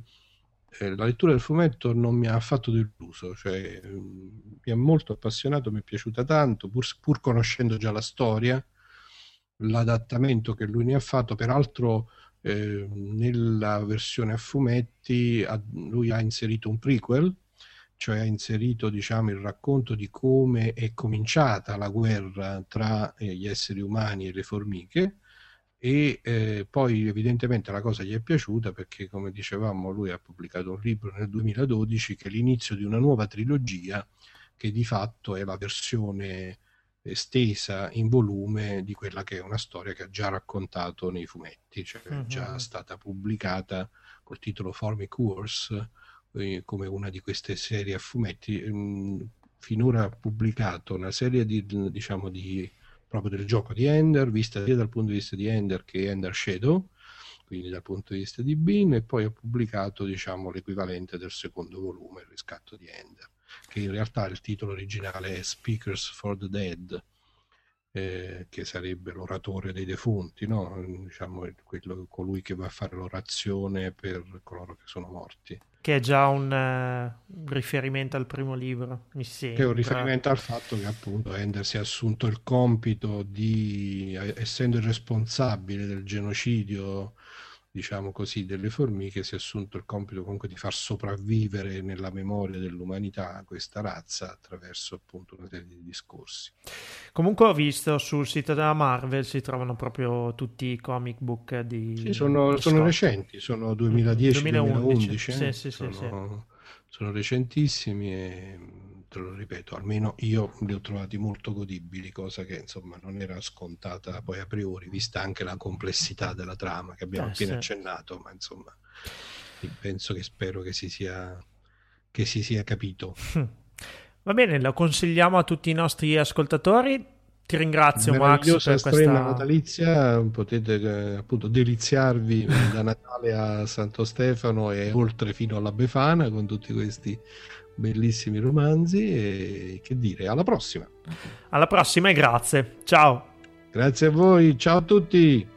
la lettura del fumetto non mi ha affatto deluso, cioè mi ha molto appassionato, mi è piaciuta tanto, pur, pur conoscendo già la storia, l'adattamento che lui ne ha fatto. Peraltro eh, nella versione a fumetti ha, lui ha inserito un prequel, cioè ha inserito, diciamo, il racconto di come è cominciata la guerra tra eh, gli esseri umani e le formiche. E eh, poi evidentemente la cosa gli è piaciuta, perché come dicevamo lui ha pubblicato un libro nel duemiladodici che è l'inizio di una nuova trilogia, che di fatto è la versione estesa in volume di quella che è una storia che ha già raccontato nei fumetti, cioè è
Mhm.
già stata pubblicata col titolo Formic Wars, eh, come una di queste serie a fumetti. Mm, finora ha pubblicato una serie di, diciamo, di proprio del gioco di Ender, vista sia dal punto di vista di Ender che Ender Shadow, quindi dal punto di vista di Bean, e poi ha pubblicato, diciamo, l'equivalente del secondo volume, il riscatto di Ender, che in realtà il titolo originale è Speakers for the Dead, eh, che sarebbe l'oratore dei defunti, no? Diciamo, quello, colui che va a fare l'orazione per coloro che sono morti.
Che è già un eh, riferimento al primo libro, mi sembra.
Che è un riferimento al fatto che appunto Ender si è assunto il compito di, essendo il responsabile del genocidio, diciamo così, delle formiche, si è assunto il compito comunque di far sopravvivere nella memoria dell'umanità questa razza attraverso appunto una serie di discorsi.
Comunque ho visto sul sito della Marvel si trovano proprio tutti i comic book di
Sì, sono,
di
sono
Scott.
duemiladieci, sono duemiladieci duemilaundici,
Sì,
eh?
sì, sì,
sono, sono recentissimi e te lo ripeto, almeno io li ho trovati molto godibili, cosa che insomma non era scontata poi a priori, vista anche la complessità della trama che abbiamo
Eh,
appena
sì.
accennato, ma insomma penso che spero che si sia, che si sia capito.
Va bene, lo consigliamo a tutti i nostri ascoltatori. Ti ringrazio, Max,
Meravigliosa
per
strena
questa...
natalizia, potete eh, appunto deliziarvi da Natale a Santo Stefano e oltre fino alla Befana con tutti questi bellissimi romanzi, e che dire, alla prossima.
Alla prossima e grazie. Ciao.
Grazie a voi, ciao a tutti.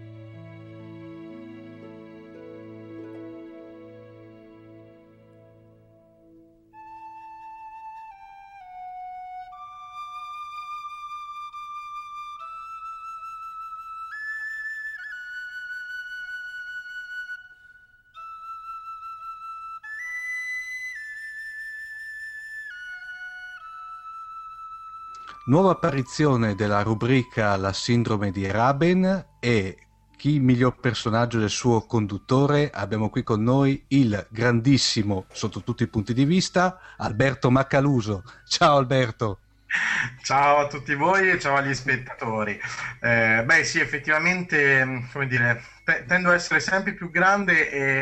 Nuova apparizione della rubrica La sindrome di Raben, e chi miglior personaggio del suo conduttore? Abbiamo qui con noi il grandissimo, sotto tutti i punti di vista, Alberto Macaluso. Ciao Alberto.
Ciao a tutti voi e ciao agli spettatori. Eh, beh sì, effettivamente, come dire, te- tendo a essere sempre più grande e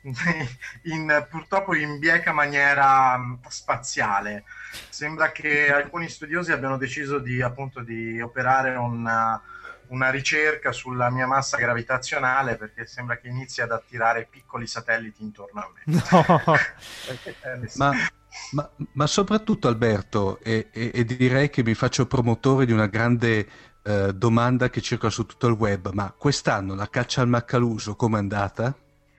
in, purtroppo in bieca maniera mh, spaziale. Sembra che alcuni studiosi abbiano deciso di appunto di operare una, una ricerca sulla mia massa gravitazionale, perché sembra che inizi ad attirare piccoli satelliti intorno a me.
No.
Eh, sì.
Ma, ma, ma soprattutto Alberto, e, e, e direi che mi faccio promotore di una grande eh, domanda che circola su tutto il web, ma quest'anno la caccia al Macaluso com'è andata?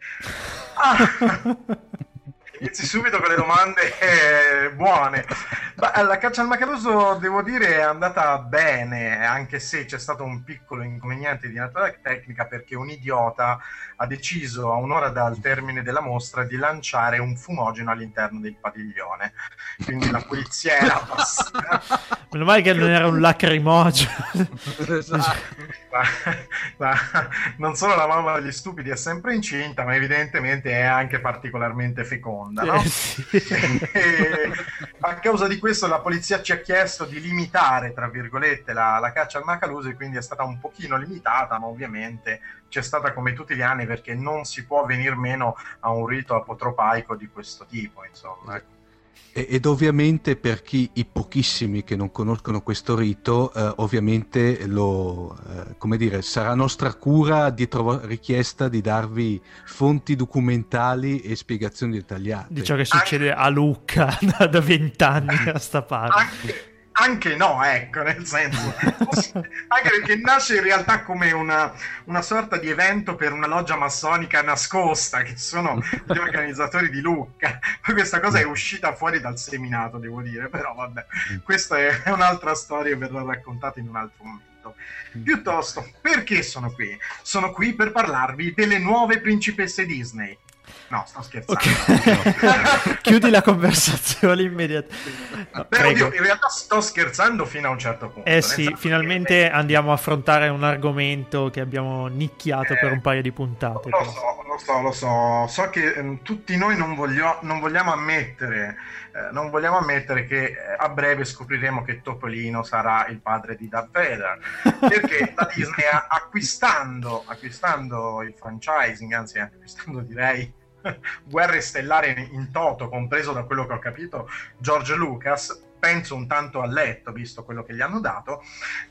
Ah! Inizi subito con le domande eh, buone. Ma la caccia al Macaluso, devo dire, è andata bene, anche se c'è stato un piccolo inconveniente di natura tecnica, perché un idiota ha deciso a un'ora dal termine della mostra di lanciare un fumogeno all'interno del padiglione. Quindi la polizia era passata.
Meno male che non era un lacrimogeno.
Ma, ma non solo la mamma degli stupidi è sempre incinta, ma evidentemente è anche particolarmente feconda, no?
Eh, sì.
E a causa di questo la polizia ci ha chiesto di limitare, tra virgolette, la, la caccia al Macaluso, e quindi è stata un pochino limitata, ma ovviamente c'è stata come tutti gli anni, perché non si può venir meno a un rito apotropaico di questo tipo, insomma.
Ed ovviamente per chi, i pochissimi che non conoscono questo rito, eh, ovviamente lo, eh, come dire, sarà nostra cura dietro richiesta di darvi fonti documentali e spiegazioni dettagliate.
Di ciò che succede a Lucca da vent'anni a sta parte.
Anche, anche no, ecco, nel senso, anche perché nasce in realtà come una, una sorta di evento per una loggia massonica nascosta, che sono gli organizzatori di Lucca. Poi questa cosa è uscita fuori dal seminato, devo dire, però vabbè, questa è un'altra storia e verrà raccontata in un altro momento. Piuttosto, perché sono qui? Sono qui per parlarvi delle nuove principesse Disney. No, sto scherzando.
Okay. Chiudi la conversazione immediatamente. No,
Beh, oddio, in realtà sto scherzando fino a un certo punto.
Eh sì, finalmente che... andiamo a affrontare un argomento che abbiamo nicchiato eh, per un paio di puntate.
Lo so, lo so, lo so. So che eh, tutti noi non, voglio, non vogliamo ammettere, eh, non vogliamo ammettere che eh, a breve scopriremo che Topolino sarà il padre di Darth Vader, perché la Disney acquistando, acquistando il franchising, anzi acquistando direi Guerre Stellari in toto, compreso da quello che ho capito George Lucas, penso un tanto a letto visto quello che gli hanno dato,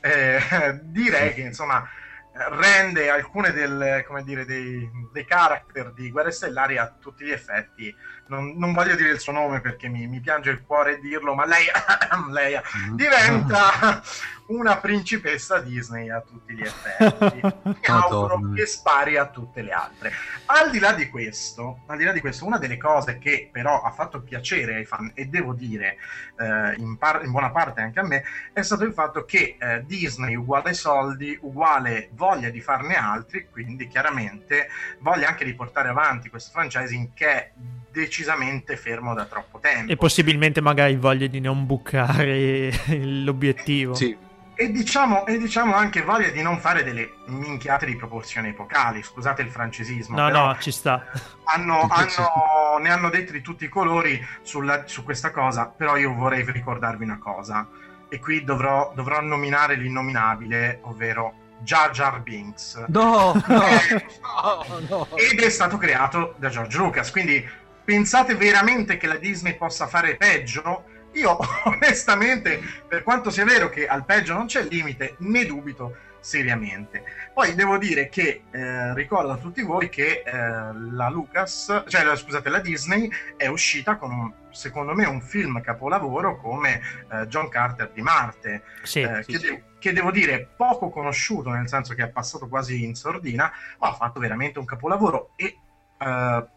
eh, direi che insomma rende alcune del, come dire, dei, dei character di Guerre Stellari a tutti gli effetti, non, non voglio dire il suo nome perché mi, mi piange il cuore dirlo, ma lei, lei diventa una principessa Disney a tutti gli effetti. Mi auguro che spari a tutte le altre. Al di là di questo, al di là di questo, una delle cose che però ha fatto piacere ai fan, e devo dire eh, in, par- in buona parte anche a me, è stato il fatto che eh, Disney uguale soldi, uguale voglia di farne altri, quindi chiaramente voglia anche di portare avanti questo franchising che è decisamente fermo da troppo tempo.
E possibilmente magari voglia di non bucare l'obiettivo.
Sì. E diciamo, e diciamo anche voglia di non fare delle minchiate di proporzioni epocali, scusate il francesismo.
No,
però
no, ci sta.
Hanno, hanno, ne hanno detti di tutti i colori sulla, su questa cosa, però io vorrei ricordarvi una cosa, e qui dovrò, dovrò nominare l'innominabile, ovvero Jar Jar Binks.
No, no, no, no.
Ed è stato creato da George Lucas, quindi pensate veramente che la Disney possa fare peggio? Io onestamente, per quanto sia vero che al peggio non c'è limite, ne dubito seriamente. Poi devo dire che eh, ricordo a tutti voi che eh, la Lucas, cioè scusate, la Disney è uscita con, secondo me, un film capolavoro come eh, John Carter di Marte,
sì,
eh,
sì,
che,
sì.
De- che devo dire poco conosciuto, nel senso che è passato quasi in sordina, ma ha fatto veramente un capolavoro e eh, a,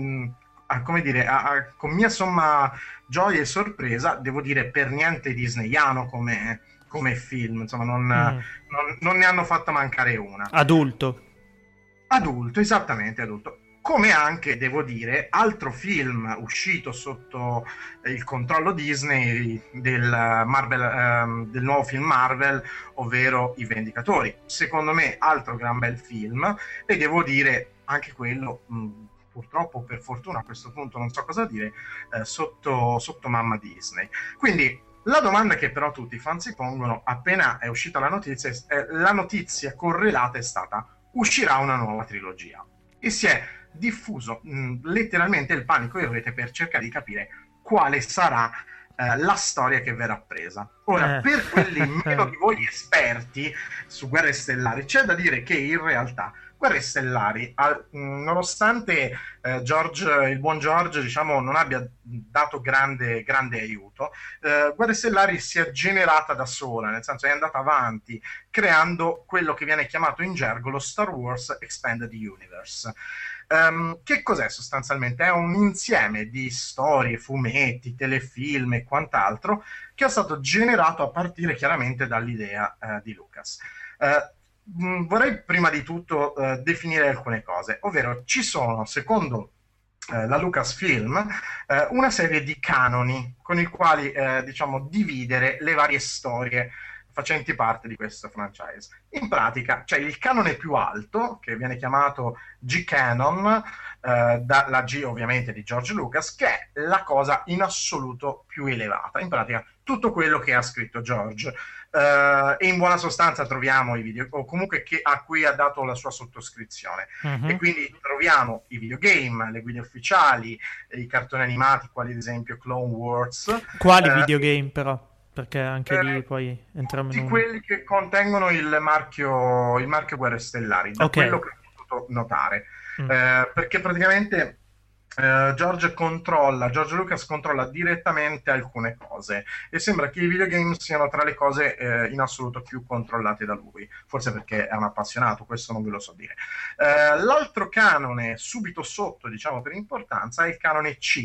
a, come dire, a, a, con mia somma gioia e sorpresa, devo dire per niente disneyano come, come film, insomma non, mm. non, non ne hanno fatta mancare una.
Adulto. Adulto,
esattamente, adulto. Come anche, devo dire, altro film uscito sotto il controllo Disney del, Marvel, ehm, del nuovo film Marvel, ovvero I Vendicatori. Secondo me altro gran bel film, e devo dire anche quello... Mh, purtroppo, per fortuna a questo punto non so cosa dire, eh, sotto, sotto mamma Disney. Quindi la domanda che però tutti i fan si pongono appena è uscita la notizia, eh, la notizia correlata è stata: uscirà una nuova trilogia, e si è diffuso mh, letteralmente il panico in rete per cercare di capire quale sarà eh, la storia che verrà presa. Ora,
eh.
per quelli meno di voi esperti su Guerre Stellari, c'è da dire che in realtà Guerre Stellari, al, nonostante eh, George, il buon George, diciamo, non abbia dato grande, grande aiuto, eh, Guerre Stellari si è generata da sola, nel senso è andata avanti, creando quello che viene chiamato in gergo lo Star Wars Expanded Universe. Um, che cos'è sostanzialmente? È un insieme di storie, fumetti, telefilm e quant'altro che è stato generato a partire chiaramente dall'idea uh, di Lucas. Uh, mh, vorrei prima di tutto uh, definire alcune cose, ovvero ci sono, secondo uh, la Lucasfilm, uh, una serie di canoni con i quali uh, diciamo dividere le varie storie facenti parte di questo franchise. In pratica c'è il canone più alto, che viene chiamato G-Canon, eh, dalla G ovviamente di George Lucas, che è la cosa in assoluto più elevata. In pratica tutto quello che ha scritto George. Eh, e in buona sostanza troviamo i video, o comunque che, a cui ha dato la sua sottoscrizione. Uh-huh. E quindi troviamo i videogame, le guide ufficiali, i cartoni animati, quali ad esempio Clone Wars.
Quali
eh,
videogame però? Perché anche
eh,
lì poi entriamo in
di
un...
quelli che contengono il marchio, il marchio Guerre Stellari, da
okay.
quello che ho potuto notare.
Mm.
Eh, perché praticamente eh, George controlla, George Lucas controlla direttamente alcune cose, e sembra che i videogame siano tra le cose eh, in assoluto più controllate da lui, forse perché è un appassionato, questo non ve lo so dire. Eh, l'altro canone subito sotto, diciamo per importanza, è il canone C,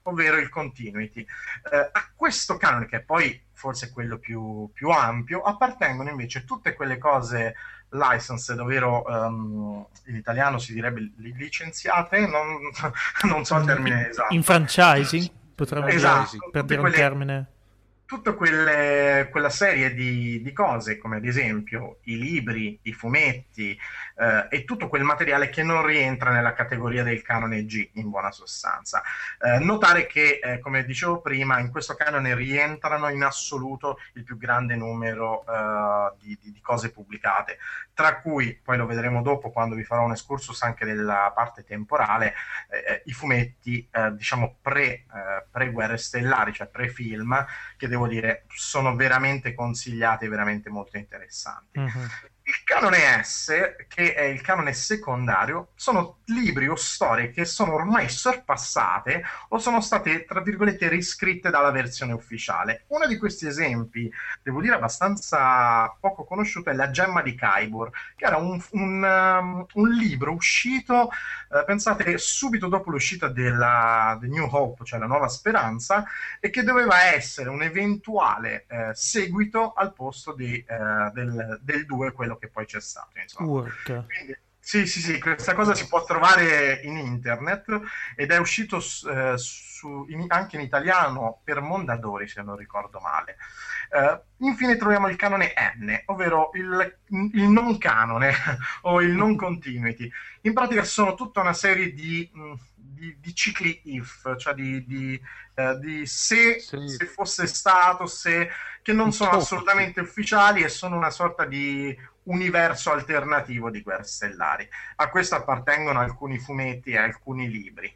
ovvero il continuity. Eh, a questo canone, che è poi forse quello più, più ampio, appartengono invece tutte quelle cose licensed, ovvero um, in italiano si direbbe li- licenziate, non, non so il termine esatto.
In franchising, potremmo
esatto,
dire, per dire
quelle,
un termine.
Tutte quelle, quella serie di, di cose, come ad esempio i libri, i fumetti eh, e tutto quel materiale che non rientra nella categoria del canone G, in buona sostanza. Eh, notare che, eh, come dicevo prima, in questo canone rientrano in assoluto il più grande numero eh, di, di, di cose pubblicate, tra cui, poi lo vedremo dopo quando vi farò un excursus anche della parte temporale, eh, i fumetti, eh, diciamo, pre, eh, pre-Guerre Stellari, cioè pre-film, che devo dire sono veramente consigliati e veramente molto interessanti. Uh-huh. Il canone S, che è il canone secondario, sono libri o storie che sono ormai sorpassate o sono state, tra virgolette, riscritte dalla versione ufficiale. Uno di questi esempi, devo dire abbastanza poco conosciuto, è La gemma di Kaibur, che era un, un, um, un libro uscito, eh, pensate, subito dopo l'uscita della The New Hope, cioè La Nuova Speranza, e che doveva essere un eventuale eh, seguito al posto di, eh, del, del due, quello che poi c'è stato, insomma. Quindi, sì, sì, sì, questa cosa si può trovare in internet ed è uscito eh, su, in, anche in italiano per Mondadori, se non ricordo male. Uh, infine troviamo il canone N, ovvero il, il non canone o il non continuity. In pratica sono tutta una serie di, di, di cicli if, cioè di, di, uh, di se, sì. se fosse stato, se, che non sono assolutamente ufficiali e sono una sorta di universo alternativo di Guerre Stellari. A questo appartengono alcuni fumetti e alcuni libri.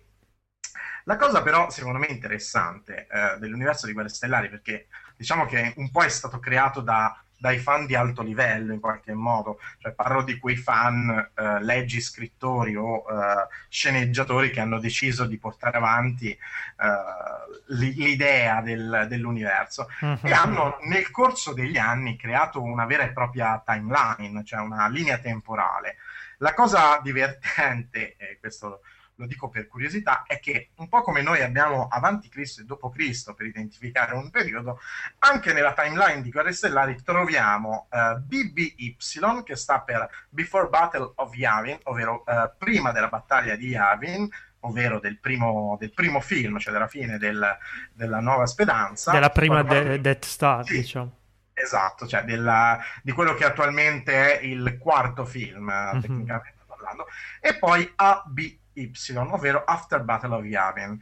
La cosa però, secondo me, interessante eh, dell'universo di Guerre Stellari, perché diciamo che un po' è stato creato da, dai fan di alto livello, in qualche modo, cioè parlo di quei fan, eh, leggi, scrittori o eh, sceneggiatori che hanno deciso di portare avanti eh, l'idea del, dell'universo uh-huh. e hanno nel corso degli anni creato una vera e propria timeline, cioè una linea temporale. La cosa divertente, e questo lo dico per curiosità, è che un po' come noi abbiamo avanti Cristo e dopo Cristo per identificare un periodo, anche nella timeline di Guerre Stellari troviamo uh, B B Y, che sta per Before Battle of Yavin, ovvero uh, prima della battaglia di Yavin, ovvero del primo, del primo film, cioè della fine del, della Nuova Speranza.
Della prima de- Death Star, sì. diciamo.
Esatto, cioè della, di quello che attualmente è il quarto film, mm-hmm. tecnicamente parlando, e poi A B Y, ovvero After Battle of Yavin.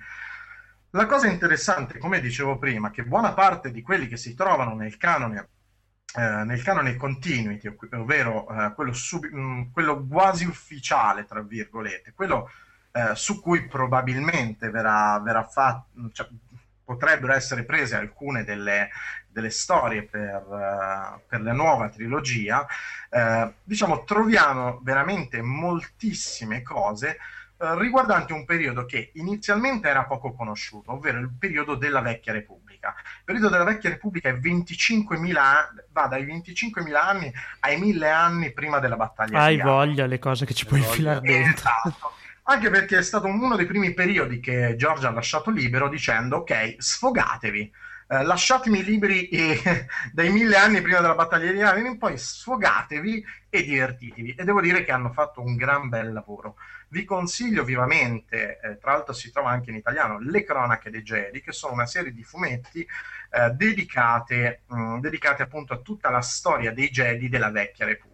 La cosa interessante, come dicevo prima, che buona parte di quelli che si trovano nel canone eh, nel canone continuity, ovvero eh, quello, sub, mh, quello quasi ufficiale, tra virgolette, quello eh, su cui probabilmente verrà, verrà fatto, cioè, potrebbero essere prese alcune delle, delle storie per, uh, per la nuova trilogia, uh, diciamo, troviamo veramente moltissime cose uh, riguardanti un periodo che inizialmente era poco conosciuto, ovvero il periodo della Vecchia Repubblica. Il periodo della Vecchia Repubblica è venticinquemila, va dai venticinquemila anni ai mille anni prima della battaglia.
Hai voglia le cose che ci puoi infilare dentro.
Esatto. Anche perché è stato uno dei primi periodi che George ha lasciato libero dicendo ok, sfogatevi, eh, lasciatemi liberi eh, dai mille anni prima della battaglia di Yavin, poi sfogatevi e divertitevi. E devo dire che hanno fatto un gran bel lavoro. Vi consiglio vivamente, eh, tra l'altro si trova anche in italiano, Le Cronache dei Jedi, che sono una serie di fumetti eh, dedicate, mh, dedicate appunto a tutta la storia dei Jedi della Vecchia Repubblica.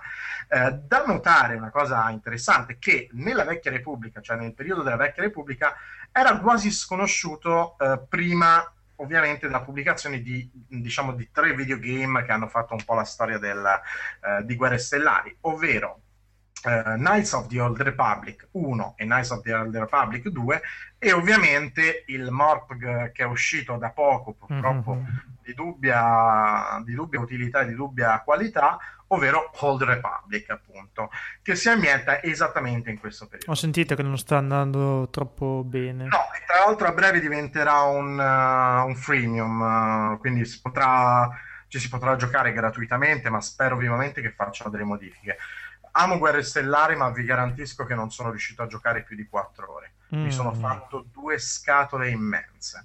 Eh, da notare una cosa interessante, che nella Vecchia Repubblica, cioè nel periodo della Vecchia Repubblica, era quasi sconosciuto eh, prima ovviamente della pubblicazione di, diciamo, di tre videogame che hanno fatto un po' la storia del, eh, di Guerre Stellari, ovvero Uh, Knights of the Old Republic uno e Knights of the Old Republic due, e ovviamente il Morpg che è uscito da poco, purtroppo mm-hmm. di, dubbia, di dubbia utilità e di dubbia qualità, ovvero Old Republic, appunto, che si ambienta esattamente in questo periodo.
Ho sentito che non sta andando troppo bene.
No, e tra l'altro a breve diventerà un, uh, un freemium, uh, quindi si potrà, ci si potrà giocare gratuitamente, ma spero vivamente che facciano delle modifiche. amo Guerre Stellari, ma vi garantisco che non sono riuscito a giocare più di quattro ore. Mm. Mi sono fatto due scatole immense.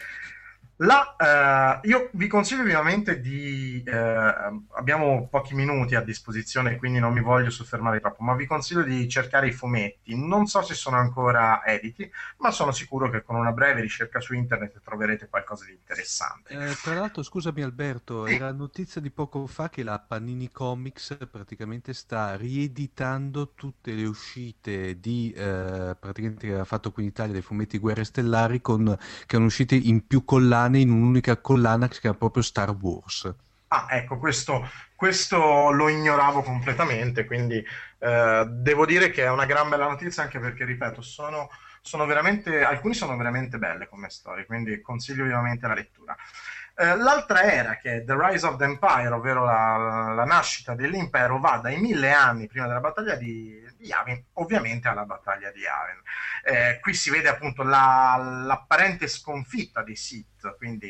La, eh, io vi consiglio vivamente di eh, abbiamo pochi minuti a disposizione, quindi non mi voglio soffermare troppo, ma vi consiglio di cercare i fumetti. Non so se sono ancora editi, ma sono sicuro che con una breve ricerca su internet troverete qualcosa di interessante.
Eh, tra l'altro, scusami Alberto, sì. Era notizia di poco fa che la Panini Comics praticamente sta rieditando tutte le uscite di eh, praticamente che aveva fatto qui in Italia dei fumetti Guerre Stellari, con, che erano uscite in più collane, in un'unica collana che si chiama proprio Star Wars.
Ah, ecco, questo, questo lo ignoravo completamente, quindi eh, devo dire che è una gran bella notizia, anche perché, ripeto, sono, sono veramente, alcuni sono veramente belle come storie, quindi consiglio vivamente la lettura. Eh, l'altra era, che è The Rise of the Empire, ovvero la, la nascita dell'impero, va dai mille anni prima della battaglia di, di Yavin, ovviamente alla battaglia di Yavin. Eh, qui si vede appunto la, l'apparente sconfitta dei Sith, quindi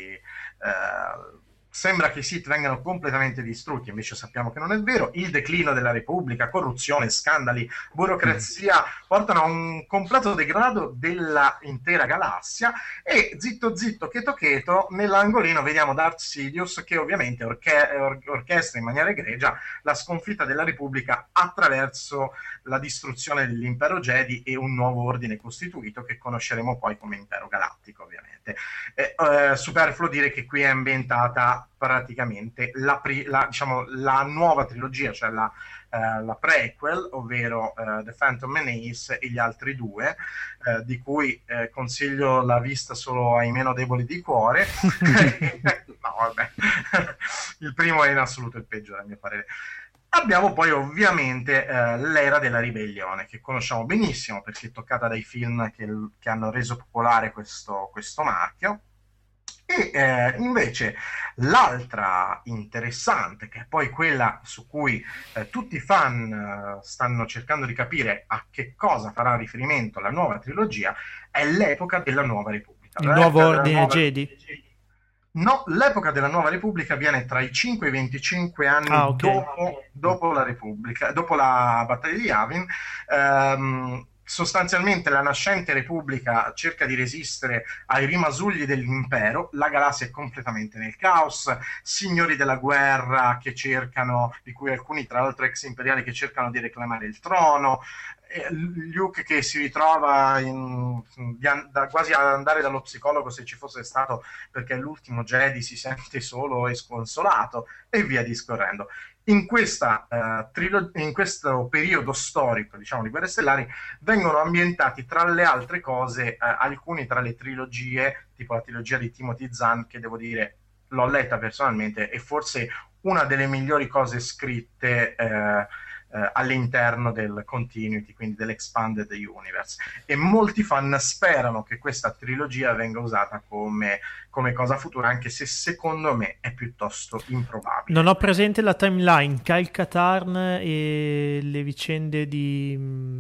eh, sembra che i Sith vengano completamente distrutti, invece sappiamo che non è vero. Il declino della Repubblica, corruzione, scandali, burocrazia mm. portano a un completo degrado della intera galassia, e zitto zitto, cheto cheto, nell'angolino vediamo Darth Sidious che ovviamente orche- or- orchestra in maniera egregia la sconfitta della Repubblica attraverso la distruzione dell'impero Jedi e un nuovo ordine costituito che conosceremo poi come impero galattico, ovviamente. Eh, eh, superfluo dire che qui è ambientata praticamente la, pri- la, diciamo, la nuova trilogia, cioè la, uh, la prequel, ovvero uh, The Phantom Menace e gli altri due, uh, di cui uh, consiglio la vista solo ai meno deboli di cuore. No, vabbè. Il primo è in assoluto il peggiore, a mio parere. Abbiamo poi ovviamente eh, l'era della ribellione, che conosciamo benissimo perché è toccata dai film che, che hanno reso popolare questo, questo marchio. E eh, invece l'altra interessante, che è poi quella su cui eh, tutti i fan eh, stanno cercando di capire a che cosa farà riferimento la nuova trilogia, è l'epoca della Nuova Repubblica.
Il nuovo ordine Jedi?
No, l'epoca della Nuova Repubblica viene tra i cinque e i venticinque anni ah, okay. dopo, dopo la Repubblica, dopo la battaglia di Yavin. Um, sostanzialmente la nascente Repubblica cerca di resistere ai rimasugli dell'impero, la galassia è completamente nel caos, signori della guerra che cercano, di cui alcuni tra l'altro ex imperiali che cercano di reclamare il trono, Luke che si ritrova in, da, quasi ad andare dallo psicologo se ci fosse stato, perché l'ultimo Jedi si sente solo e sconsolato, e via discorrendo. In, questa, uh, trilo- in questo periodo storico, diciamo, di Guerre Stellari vengono ambientati, tra le altre cose, uh, alcuni tra le trilogie, tipo la trilogia di Timothy Zahn, che devo dire l'ho letta personalmente, e forse una delle migliori cose scritte uh, Uh, all'interno del continuity, quindi dell'Expanded Universe, e molti fan sperano che questa trilogia venga usata come, come cosa futura, anche se secondo me è piuttosto improbabile.
Non ho presente la timeline. Kyle Katarn e le vicende di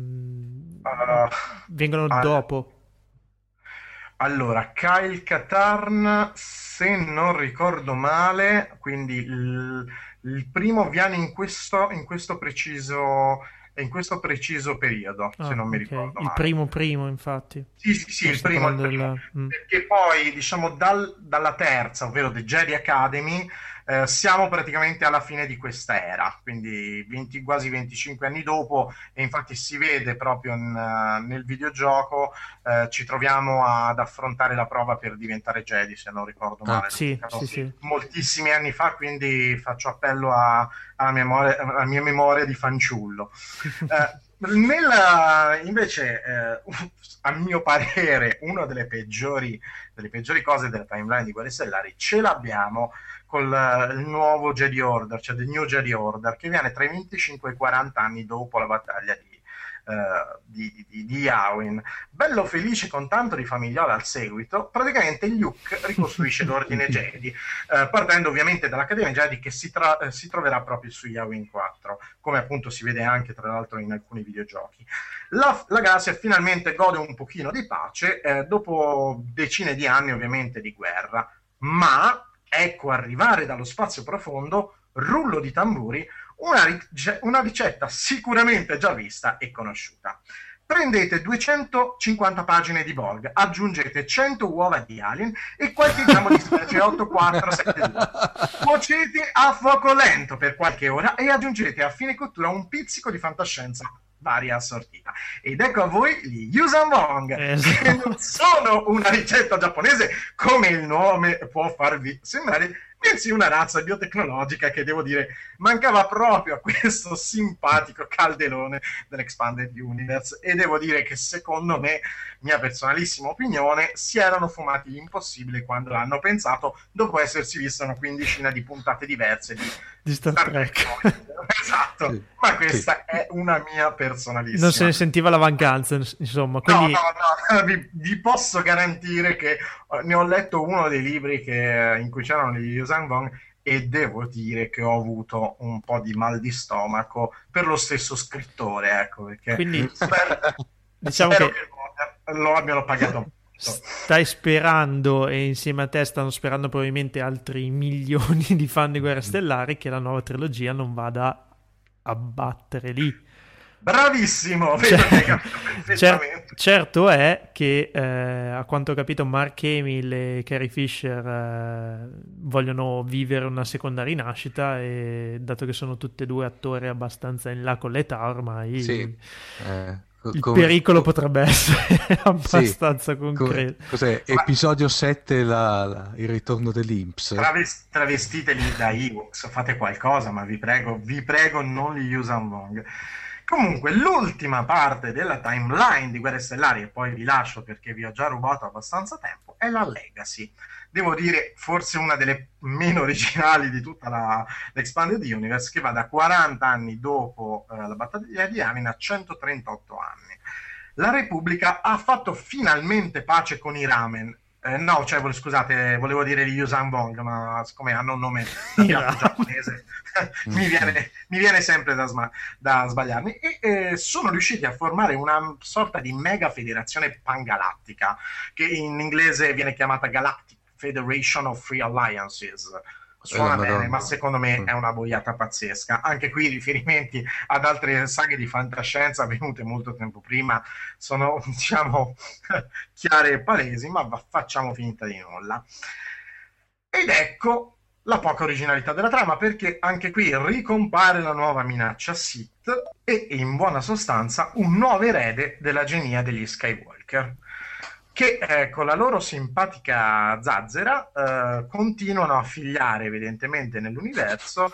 uh, vengono uh, dopo.
Allora, Kyle Katarn, se non ricordo male, quindi il Il primo viene in questo, in questo preciso in questo preciso periodo, ah, se non mi okay. ricordo male.
Il primo primo, infatti.
Sì, sì, sì, il primo, il primo. Della... Perché poi, diciamo, dal, dalla terza, ovvero The Jedi Academy, eh, siamo praticamente alla fine di questa era, quindi venti, quasi venticinque anni dopo, e infatti si vede proprio in, uh, nel videogioco, uh, ci troviamo ad affrontare la prova per diventare Jedi, se non ricordo male.
Ah, sì, sì, sì.
Moltissimi anni fa, quindi faccio appello a, alla, memoria, alla mia memoria di fanciullo. uh, Nella, invece, eh, a mio parere, una delle peggiori, delle peggiori cose della timeline di Guerre Stellari ce l'abbiamo con il nuovo Jedi Order, cioè The New Jedi Order, che viene tra i venticinque e i quaranta anni dopo la battaglia di, uh, di, di, di Yavin. Bello felice con tanto di famigliola al seguito, praticamente Luke ricostruisce l'ordine Jedi, uh, partendo ovviamente dall'Accademia Jedi, che si, tra- uh, si troverà proprio su Yavin quattro, come appunto si vede anche tra l'altro in alcuni videogiochi. La, la galassia finalmente gode un pochino di pace, eh, dopo decine di anni ovviamente di guerra, ma ecco arrivare dallo spazio profondo, rullo di tamburi, una, ric- una ricetta sicuramente già vista e conosciuta. Prendete duecentocinquanta pagine di Borg, aggiungete cento uova di Alien e qualche grammo di specie otto quattro sette due. Cuocete a fuoco lento per qualche ora e aggiungete a fine cottura un pizzico di fantascienza varia assortita. Ed ecco a voi gli Yuuzhan Vong, esatto. Che non sono una ricetta giapponese come il nome può farvi sembrare, bensì una razza biotecnologica che, devo dire, mancava proprio a questo simpatico calderone dell'Expanded Universe, e devo dire che secondo me, mia personalissima opinione, si erano fumati l'impossibile quando l'hanno pensato dopo essersi visto una quindicina di puntate diverse di,
di Star Trek.
Esatto, sì, ma questa sì. È una mia personalissima.
Non se ne sentiva la mancanza, insomma. Quindi...
No, no, no, vi, vi posso garantire che ne ho letto uno dei libri che, in cui c'erano gli Yuuzhan Vong, e devo dire che ho avuto un po' di mal di stomaco per lo stesso scrittore, ecco, perché
quindi
spero,
diciamo
spero
che...
che lo abbiano pagato.
Stai sperando, e insieme a te stanno sperando probabilmente altri milioni di fan di Guerre Stellari, che la nuova trilogia non vada a battere lì.
Bravissimo,
cioè, cer- certo è che eh, a quanto ho capito Mark Hamill e Carrie Fisher eh, vogliono vivere una seconda rinascita, e dato che sono tutti e due attori abbastanza in là con l'età ormai,
sì. eh,
il
come,
pericolo
come,
potrebbe essere abbastanza
sì,
concreto.
Come, cos'è? Episodio sette, la, la, il ritorno dell'I N P S.
Traves- travestiteli da Ewoks, fate qualcosa, ma vi prego, vi prego, non gli Yuuzhan Vong. Comunque, l'ultima parte della timeline di Guerre Stellari, e poi vi lascio perché vi ho già rubato abbastanza tempo, è la Legacy. Devo dire, forse una delle meno originali di tutta la, l'Expanded Universe, che va da quaranta anni dopo eh, la battaglia di Yavin a centotrentotto anni. La Repubblica ha fatto finalmente pace con i Ramen. Eh, no, cioè, scusate, volevo dire gli Yuuzhan Vong, ma siccome hanno un nome da piatto giapponese, mi, viene, mi viene sempre da, sma- da sbagliarmi. E eh, sono riusciti a formare una sorta di mega federazione pangalattica, che in inglese viene chiamata Galactic Federation of Free Alliances. Suona eh, bene, ma secondo me è una boiata pazzesca. Anche qui i riferimenti ad altre saghe di fantascienza venute molto tempo prima sono, diciamo, chiare e palesi, ma facciamo finta di nulla. Ed ecco la poca originalità della trama, perché anche qui ricompare la nuova minaccia Sith e, in buona sostanza, un nuovo erede della genia degli Skywalker, che eh, con la loro simpatica zazzera eh, continuano a figliare evidentemente nell'universo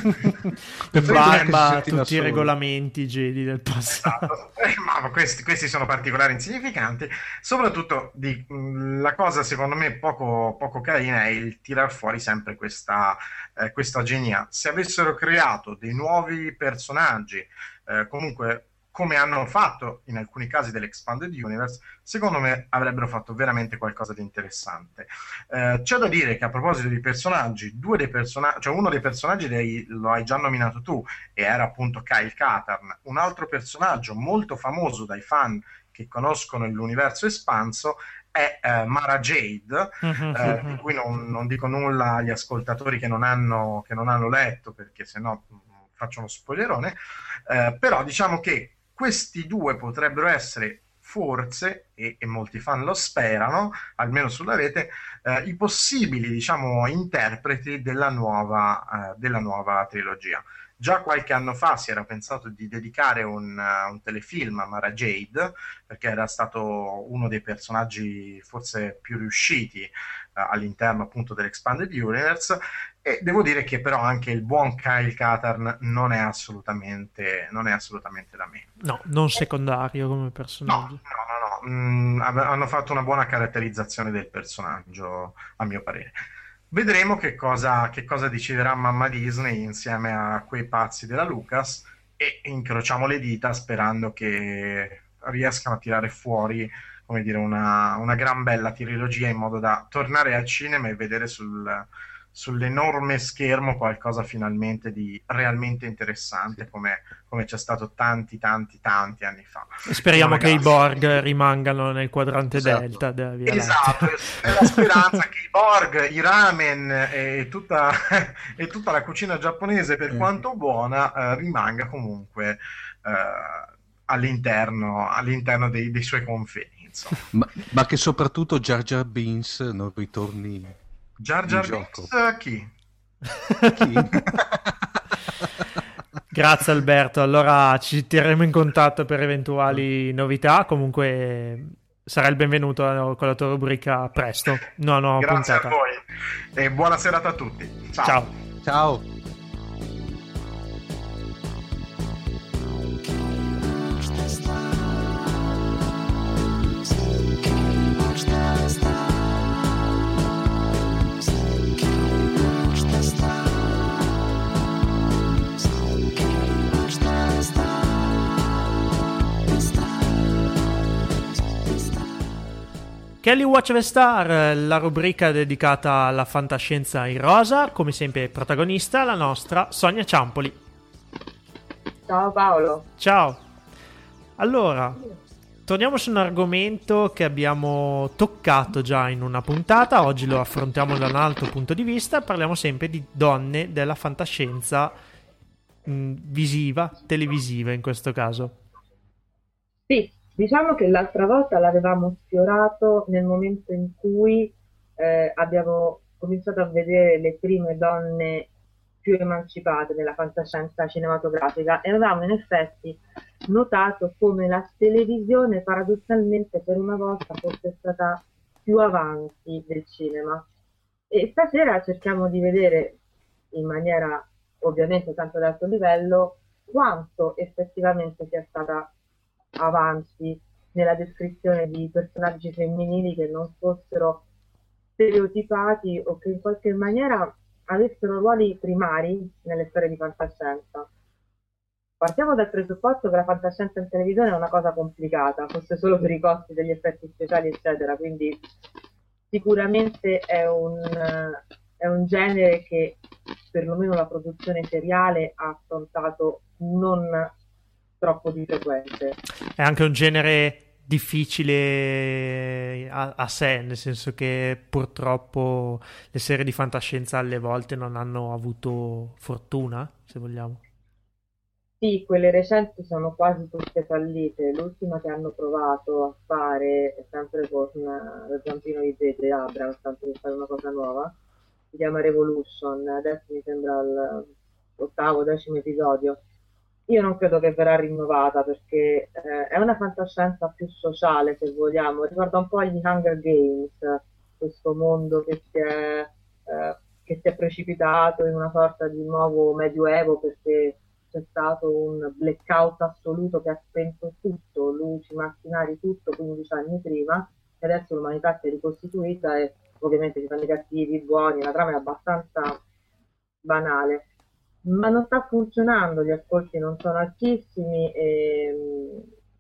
per barba tutti i regolamenti Jedi del passato.
Esatto. Eh, ma questi, questi sono particolari insignificanti. Soprattutto di, mh, la cosa secondo me poco, poco carina è il tirar fuori sempre questa, eh, questa genia. Se avessero creato dei nuovi personaggi, eh, comunque come hanno fatto in alcuni casi dell'Expanded Universe, secondo me avrebbero fatto veramente qualcosa di interessante. Eh, c'è da dire che, a proposito di personaggi, due dei personaggi, cioè uno dei personaggi dei, lo hai già nominato tu, e era appunto Kyle Katarn. Un altro personaggio molto famoso dai fan che conoscono l'universo espanso è eh, Mara Jade, eh, di cui non, non dico nulla agli ascoltatori che non hanno, che non hanno letto, perché sennò faccio uno spoilerone, eh, però diciamo che questi due potrebbero essere forse, e, e molti fan lo sperano, almeno sulla rete, eh, i possibili, diciamo, interpreti della nuova, eh, della nuova trilogia. Già qualche anno fa si era pensato di dedicare un, uh, un telefilm a Mara Jade, perché era stato uno dei personaggi forse più riusciti uh, all'interno appunto dell'Expanded Universe, e devo dire che però anche il buon Kyle Katarn non è assolutamente, non è assolutamente da meno.
No, non secondario come personaggio.
No, no, no, no. Mm, hanno fatto una buona caratterizzazione del personaggio, a mio parere. Vedremo che cosa, che cosa deciderà mamma Disney insieme a quei pazzi della Lucas, e incrociamo le dita sperando che riescano a tirare fuori, come dire, una, una gran bella trilogia, in modo da tornare al cinema e vedere sul, sull'enorme schermo qualcosa finalmente di realmente interessante, come, come c'è stato tanti tanti tanti anni fa.
E speriamo che i
galassia.
Borg rimangano nel quadrante
Esatto.
delta della Via
Esatto,
Lattea.
è la speranza che i Borg, i ramen e tutta, e tutta la cucina giapponese, per quanto buona, eh, rimanga comunque eh, all'interno, all'interno dei, dei suoi confini, insomma.
Ma, ma che soprattutto Jar Jar Binks non ritorni
Jar
in
Jar
gioco.
Binks, chi?
Chi?
Grazie Alberto, allora ci terremo in contatto per eventuali novità. Comunque sarai il benvenuto con la tua rubrica presto. No, no,
Grazie
puntata.
a voi e buona serata a tutti. Ciao.
Ciao.
Ciao.
Kelly Watch the Star, la rubrica dedicata alla fantascienza in rosa, come sempre protagonista la nostra Sonia Ciampoli.
Ciao Paolo.
Ciao. Allora, torniamo su un argomento che abbiamo toccato già in una puntata, oggi lo affrontiamo da un altro punto di vista, parliamo sempre di donne della fantascienza mh, visiva, televisiva in questo caso.
Sì, diciamo che l'altra volta l'avevamo sfiorato nel momento in cui eh, abbiamo cominciato a vedere le prime donne più emancipate nella fantascienza cinematografica e avevamo in effetti notato come la televisione paradossalmente per una volta fosse stata più avanti del cinema. E stasera cerchiamo di vedere in maniera ovviamente tanto ad alto livello quanto effettivamente sia stata avanti nella descrizione di personaggi femminili che non fossero stereotipati o che in qualche maniera avessero ruoli primari nelle storie di fantascienza. Partiamo dal presupposto che la fantascienza in televisione è una cosa complicata, forse solo per i costi degli effetti speciali eccetera, quindi sicuramente è un, è un genere che perlomeno la produzione seriale ha affrontato non troppo di frequente.
È anche un genere difficile a, a sé, nel senso che purtroppo le serie di fantascienza alle volte non hanno avuto fortuna, se vogliamo.
Sì, quelle recenti sono quasi tutte fallite. L'ultima che hanno provato a fare, sempre con il zampino di J J Abrams, tanto per fare una cosa nuova, si chiama Revolution, adesso mi sembra l'ottavo, decimo episodio. Io non credo che verrà rinnovata perché eh, è una fantascienza più sociale, se vogliamo, ricorda un po' gli Hunger Games, questo mondo che si è, eh, che si è precipitato in una sorta di nuovo medioevo perché c'è stato un blackout assoluto che ha spento tutto, luci, macchinari, tutto quindici anni prima, e adesso l'umanità si è ricostituita e ovviamente ci sono i cattivi, i buoni, la trama è abbastanza banale. Ma non sta funzionando, gli ascolti non sono altissimi e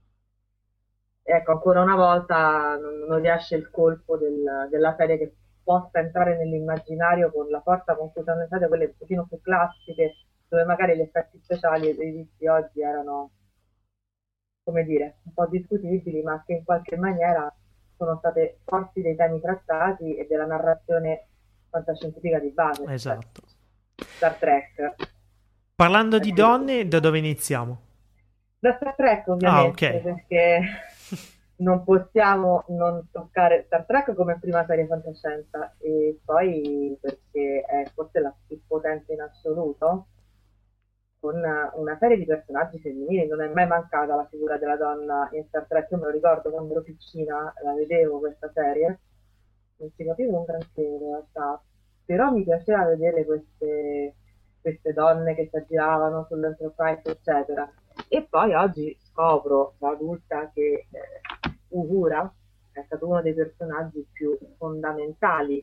ecco, ancora una volta non, non riesce il colpo del, della serie che possa entrare nell'immaginario con la forza con cui sono entrate quelle un pochino più classiche, dove magari gli effetti speciali visti oggi erano, come dire, un po' discutibili, ma che in qualche maniera sono state forti dei temi trattati e della narrazione fantascientifica di base.
Esatto.
Star Trek.
Parlando di donne, da dove iniziamo?
Da Star Trek ovviamente,
Ah, ok.
perché non possiamo non toccare Star Trek come prima serie fantascienza e poi perché è forse la più potente in assoluto, con una serie di personaggi femminili. Non è mai mancata la figura della donna in Star Trek. Io me lo ricordo quando ero piccina, la vedevo questa serie, non si capiva un granché in realtà, però mi piaceva vedere queste queste donne che si aggiravano sull'Enterprise eccetera. E poi oggi scopro da adulta che eh, Uhura è stato uno dei personaggi più fondamentali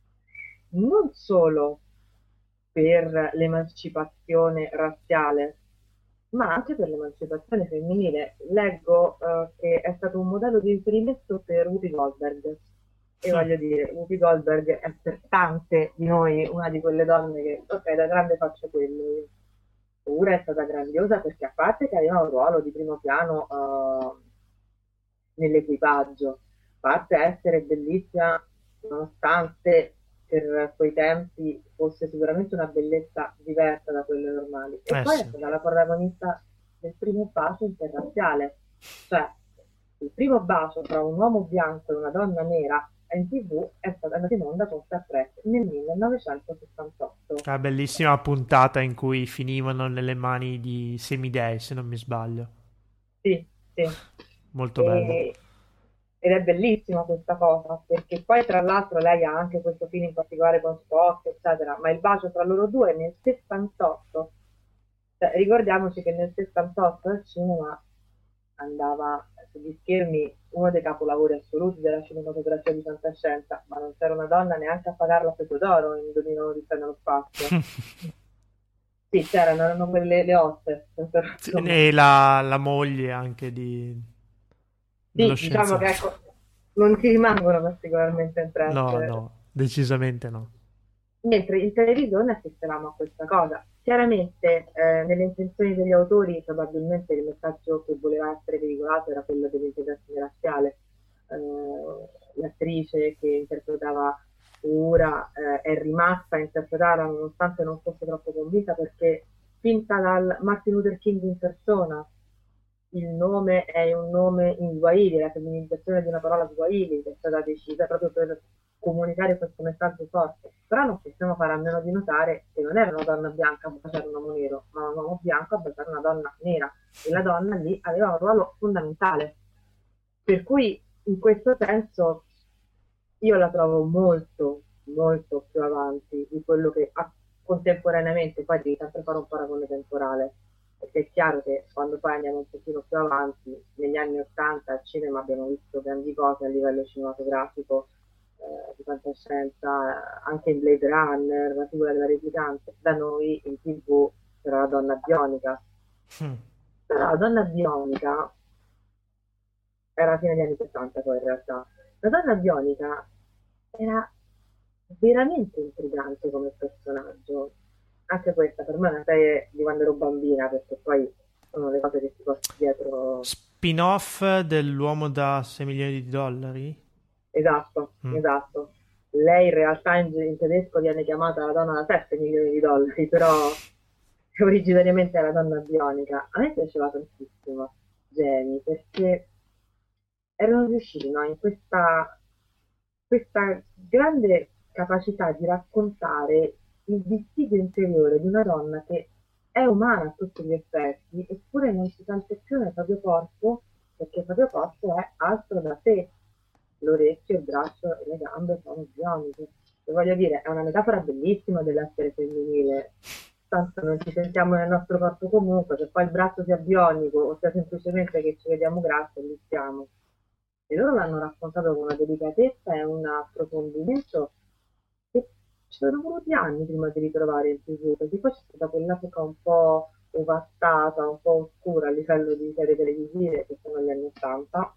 non solo per l'emancipazione razziale ma anche per l'emancipazione femminile. Leggo eh, che è stato un modello di riferimento per Whoopi Goldberg. E voglio dire, Whoopi Goldberg è per tante di noi una di quelle donne che, ok, da grande faccio quello. Pure è stata grandiosa perché a parte che aveva un ruolo di primo piano uh, nell'equipaggio, a parte essere bellissima, nonostante per quei tempi fosse sicuramente una bellezza diversa da quelle normali. E
Eh,
poi
sì.
è stata la protagonista del primo bacio interrazziale, cioè il primo bacio tra un uomo bianco e una donna nera in tv è stata andata in onda con Star Trek nel millenovecentosessantotto.
La bellissima puntata in cui finivano nelle mani di semidei, se non mi sbaglio.
Sì, sì.
Molto bello.
E, ed è bellissima questa cosa, perché poi tra l'altro lei ha anche questo film in particolare con Spock, eccetera, ma il bacio tra loro due nel sessantotto, cioè, ricordiamoci che nel sessantotto al cinema andava sugli schermi uno dei capolavori assoluti della cinematografia di fantascienza, ma non c'era una donna neanche a pagarla a peso d'oro in Dominano di nello spazio. Sì, c'erano, erano quelle le hostess.
E la, la moglie anche di...
Sì, diciamo che ecco, non ci rimangono particolarmente impresse.
No, no, decisamente no.
Mentre in televisione assistevamo a questa cosa. Chiaramente eh, nelle intenzioni degli autori probabilmente il messaggio che voleva essere veicolato era quello dell'integrazione razziale. Eh, l'attrice che interpretava Uhura eh, è rimasta a interpretare nonostante non fosse troppo convinta, perché finta dal Martin Luther King in persona. Il nome è un nome in Swahili, la femminilizzazione di una parola Swahili che è stata decisa proprio per comunicare questo messaggio forte. Però non possiamo fare a meno di notare che non era una donna bianca a baciare un uomo nero, ma un uomo bianco a baciare una donna nera, e la donna lì aveva un ruolo fondamentale. Per cui in questo senso io la trovo molto, molto più avanti di quello che ha contemporaneamente. Poi devi sempre fare un paragone temporale, perché è chiaro che quando poi andiamo un pochino più avanti, negli anni ottanta al cinema abbiamo visto grandi cose a livello cinematografico, eh, di fantascienza, anche in Blade Runner, la figura della replicante. Da noi in tv c'era la donna bionica,
Mm.
però la donna bionica era la fine degli anni settanta poi in realtà. La donna bionica era veramente intrigante come personaggio. Anche questa per me è una serie di quando ero bambina, perché poi sono le cose che si portano dietro.
Spin-off dell'uomo da sei milioni di dollari?
Esatto,
Mm.
esatto. Lei in realtà in, in tedesco viene chiamata la donna da sette milioni di dollari, però originariamente è la donna bionica. A me piaceva tantissimo Jamie, perché erano riusciti, no, in questa, questa grande capacità di raccontare il dissidio interiore di una donna che è umana a tutti gli effetti, eppure non si sente più nel proprio corpo, perché il proprio corpo è altro da sé. L'orecchio, il braccio e le gambe sono bioniche. E voglio dire, è una metafora bellissima dell'essere femminile. Tanto non ci sentiamo nel nostro corpo comunque, che poi il braccio sia bionico o sia semplicemente che ci vediamo grassi e lì stiamo. E loro l'hanno raccontato con una delicatezza e un approfondimento che ci sono voluti anni prima di ritrovare il tv, perché poi c'è stata quell'epoca un po' devastata, un po' oscura a livello di serie televisive, che sono gli anni ottanta,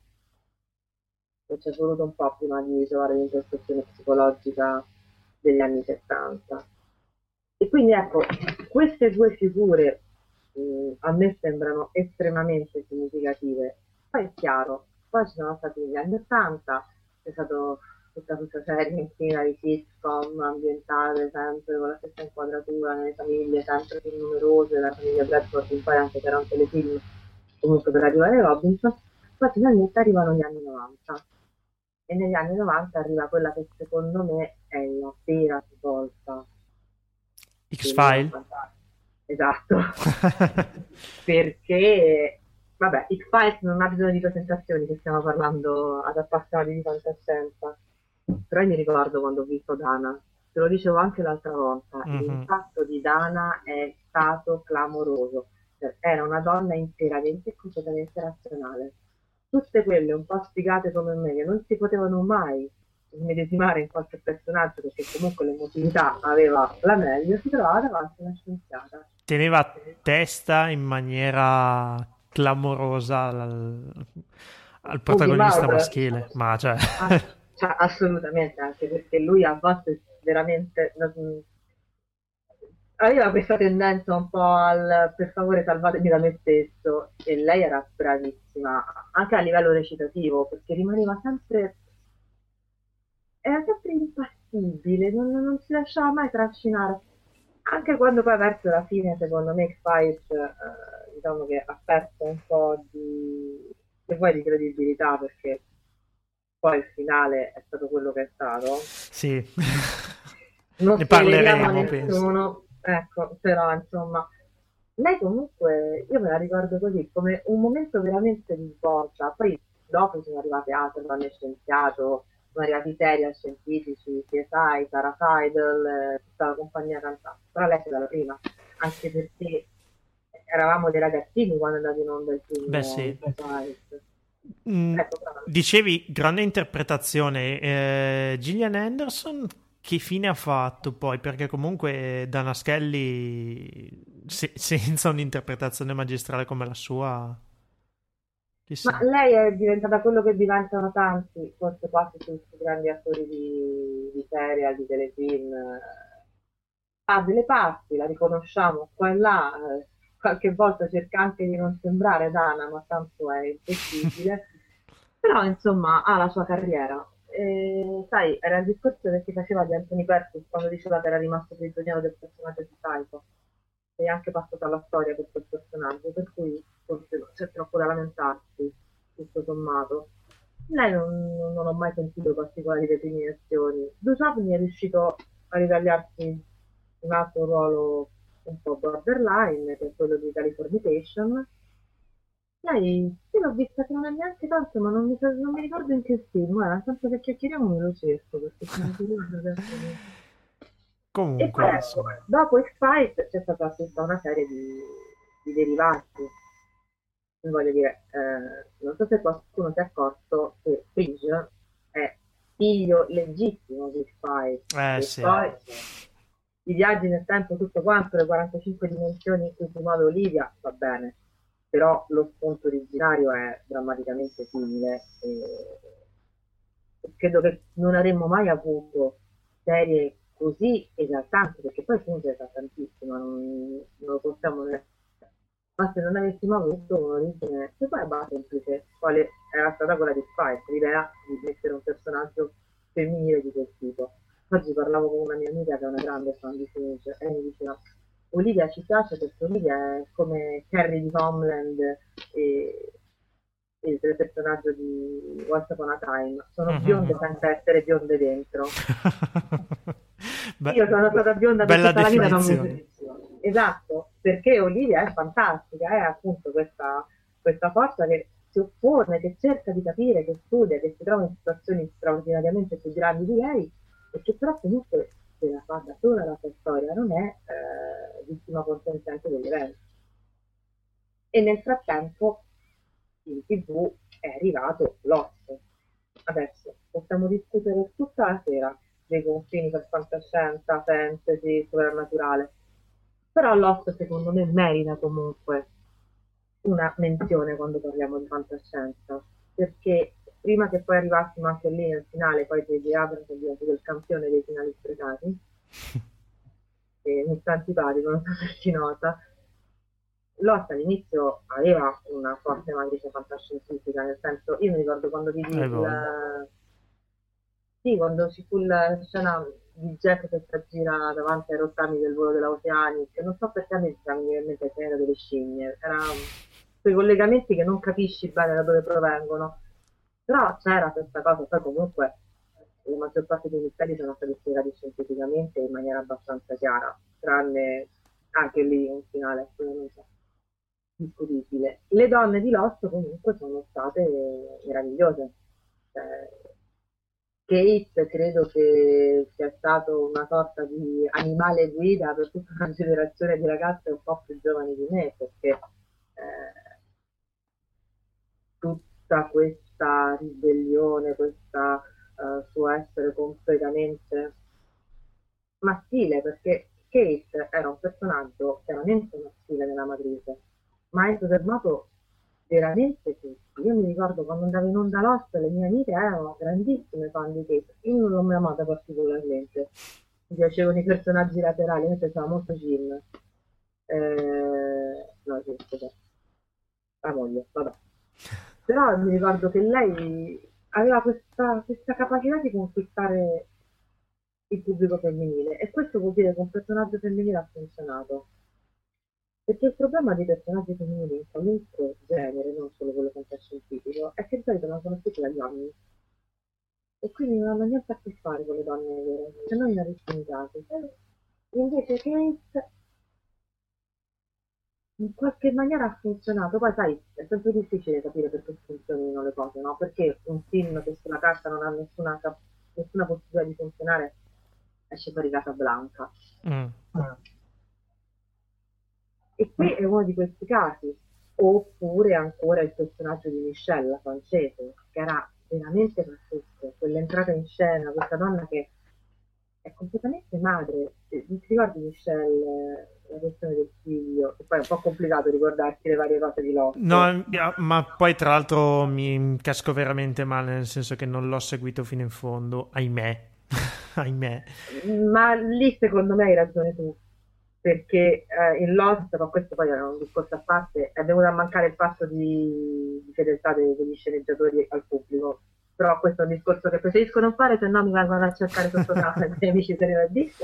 e ci è voluto un po' prima di trovare l'introspezione psicologica degli anni settanta. E quindi ecco, queste due figure mh, a me sembrano estremamente significative. Poi è chiaro, poi ci sono stati gli anni ottanta, c'è stata tutta questa serie infinita di sitcom ambientate sempre con la stessa inquadratura, nelle famiglie sempre più numerose, la famiglia Bradford in poi anche c'era un telefilm comunque per arrivare a Robinson. Poi finalmente arrivano gli anni novanta, e negli anni novanta arriva quella che secondo me è la vera svolta.
X-File?
Esatto. Perché vabbè, X-Files non ha bisogno di presentazioni, che stiamo parlando ad appassionati di fantascienza. Però io mi ricordo quando ho visto Dana, te lo dicevo anche l'altra volta,
Mhm.
l'impatto di Dana è stato clamoroso. Cioè, era una donna interamente e completamente razionale. Tutte quelle un po' sfigate come me, che non si potevano mai medesimare in qualche personaggio, perché comunque l'emotività aveva la meglio, si trovava davanti a una scienziata.
Teneva testa in maniera clamorosa al, al protagonista
Bowser.
maschile, ma cioè...
Ah, Cioè, assolutamente, anche perché lui a volte veramente non- aveva questa tendenza un po' al per favore salvatemi da me stesso, e lei era bravissima anche a livello recitativo perché rimaneva sempre, era sempre impassibile, non, non si lasciava mai trascinare. Anche quando poi verso la fine, secondo me, X-Files, eh, diciamo che ha perso un po' di, se vuoi, di credibilità, perché poi il finale è stato quello che è stato.
Sì,
Non
ne
spoileriamo a
parleremo, penso.
nessuno, ecco, però insomma, lei comunque, io me la ricordo così, come un momento veramente di svolta. Poi dopo sono arrivate altre donne scienziato, sono arrivati serial scientifici, C S I, Tara Seidel, eh, tutta la compagnia cantante, però lei è stata la prima, anche perché eravamo dei ragazzini quando è andato in onda il film.
Beh, sì.
X-Files.
Mm,
Ecco, però,
dicevi, grande interpretazione. eh, Gillian Anderson, che fine ha fatto poi? Perché comunque Dana Scully, se- senza un'interpretazione magistrale come la sua, chissà.
ma lei è diventata quello che diventano tanti, forse quasi tutti i grandi attori di, di serial, di telefilm. Ha delle parti, la riconosciamo qua e là, eh, qualche volta cerca anche di non sembrare Dana, ma tanto è impossibile. Però insomma ha la sua carriera. E, sai, era il discorso che si faceva di Anthony Perkins quando diceva che era rimasto prigioniero del personaggio di Psycho. È anche passato alla storia per quel personaggio, per cui forse non c'è troppo da lamentarsi, tutto sommato. Lei non, non ho mai sentito particolari recriminazioni. Duchovny è riuscito a ritagliarsi un altro ruolo un po' borderline, che è quello di Californication. Lei, io l'ho vista che non è neanche tanto, ma non mi, non mi ricordo in che film, era tanto che chiacchieriamo me lo cerco, perché sono curiosa adesso. E
Comunque,
poi ecco,
insomma.
dopo X-Files c'è stata tutta una serie di, di derivati. Voglio dire, eh, non so se qualcuno si è accorto che Page è figlio legittimo di X-Files,
Eh,
e
sì.
poi i viaggi nel tempo, tutto quanto, le quarantacinque dimensioni in cui si muove Olivia, va bene, però lo spunto originario è drammaticamente simile, e credo che non avremmo mai avuto serie così esaltanti, perché poi appunto è esaltantissima, non, non lo possiamo dire. Ma se non avessimo avuto un'origine che poi è abbastanza semplice, quale era stata quella di Spike, l'idea di mettere un personaggio femminile di quel tipo. Oggi parlavo con una mia amica che è una grande fan di Finch e mi diceva: Olivia ci piace perché Olivia è come Carrie di Homeland e il personaggio di Once Upon a Time, sono
Mhm.
bionde senza essere bionde dentro.
Beh,
Io sono stata bionda per
bella
tutta la vita, non mi
definizione.
esatto, perché Olivia è fantastica, è appunto questa, questa forza che si oppone, che cerca di capire, che studia, che si trova in situazioni straordinariamente più grandi di lei, e che però comunque se la fa da sola la sua storia, non è eh, vittima consenziente degli eventi. E nel frattempo in tv è arrivato Lost. Adesso possiamo discutere tutta la sera dei confini tra fantascienza, fantasy, soprannaturale, però Lost secondo me merita comunque una menzione quando parliamo di fantascienza, perché prima che poi arrivassimo anche lì nel finale, poi J J Abrams è diventato il campione dei finali sprecati, e mi sta antipatico, non so se si nota. Lost all'inizio aveva una forte matrice fantascientifica, nel senso, io mi ricordo quando vidi
Hai
il,
voglia.
sì, quando ci fu la scena di Jack che si aggira davanti ai rottami del volo dell'Oceanic, non so perché mi vengono in mente il pianeta delle scimmie, erano quei collegamenti che non capisci bene da dove provengono, però c'era questa cosa. Poi comunque la maggior parte dei misteri sono stati spiegati scientificamente in maniera abbastanza chiara, tranne anche lì un finale assolutamente discutibile. Le donne di Lost comunque sono state meravigliose. Cioè, Kate credo che sia stato una sorta di animale guida per tutta una generazione di ragazze un po' più giovani di me, perché eh, tutta questa ribellione, questa eh, suo essere completamente maschile, perché Kate era un personaggio chiaramente maschile nella matrice, ma è entusiasmato veramente tutti. Io mi ricordo quando andavo in onda Lost, le mie amiche erano grandissime fan di Kate. Io non l'ho mai amata particolarmente. Mi piacevano i personaggi laterali, mi piaceva molto Jill. Eh, no, sì, scusa. La moglie, vabbè. Però mi ricordo che lei aveva questa, questa capacità di conquistare il pubblico femminile, e questo vuol dire che un personaggio femminile ha funzionato. Perché il problema dei personaggi femminili in qualunque genere, non solo quello fantascientifico, è che di solito non sono scritti dagli uomini. E quindi non hanno niente a che fare con le donne vere, se non in rarissimi casi. Invece Kate in qualche maniera ha funzionato. Poi sai, è sempre difficile capire perché funzionino le cose, no? Perché un film che sulla carta non ha nessuna, cap- nessuna possibilità di funzionare esce fuori Casablanca.
Mm.
E qui è uno di questi casi. Oppure ancora il personaggio di Michelle, la francese, che era veramente pazzesco, quell'entrata in scena, questa donna che è completamente madre. Ti ricordi Michelle, la questione del figlio? Che poi è un po' complicato ricordarsi le varie cose di Lost.
No, ma poi tra l'altro mi casco veramente male, nel senso che non l'ho seguito fino in fondo, ahimè. ahimè.
Ma lì secondo me hai ragione tu, perché eh, in Lost, ma questo poi è un discorso a parte, è venuto a mancare il fatto di, di fedeltà dei- degli sceneggiatori al pubblico. Però questo è un discorso che preferisco non fare, se no mi vengono a cercare sotto casa i miei amici se ne va a dire.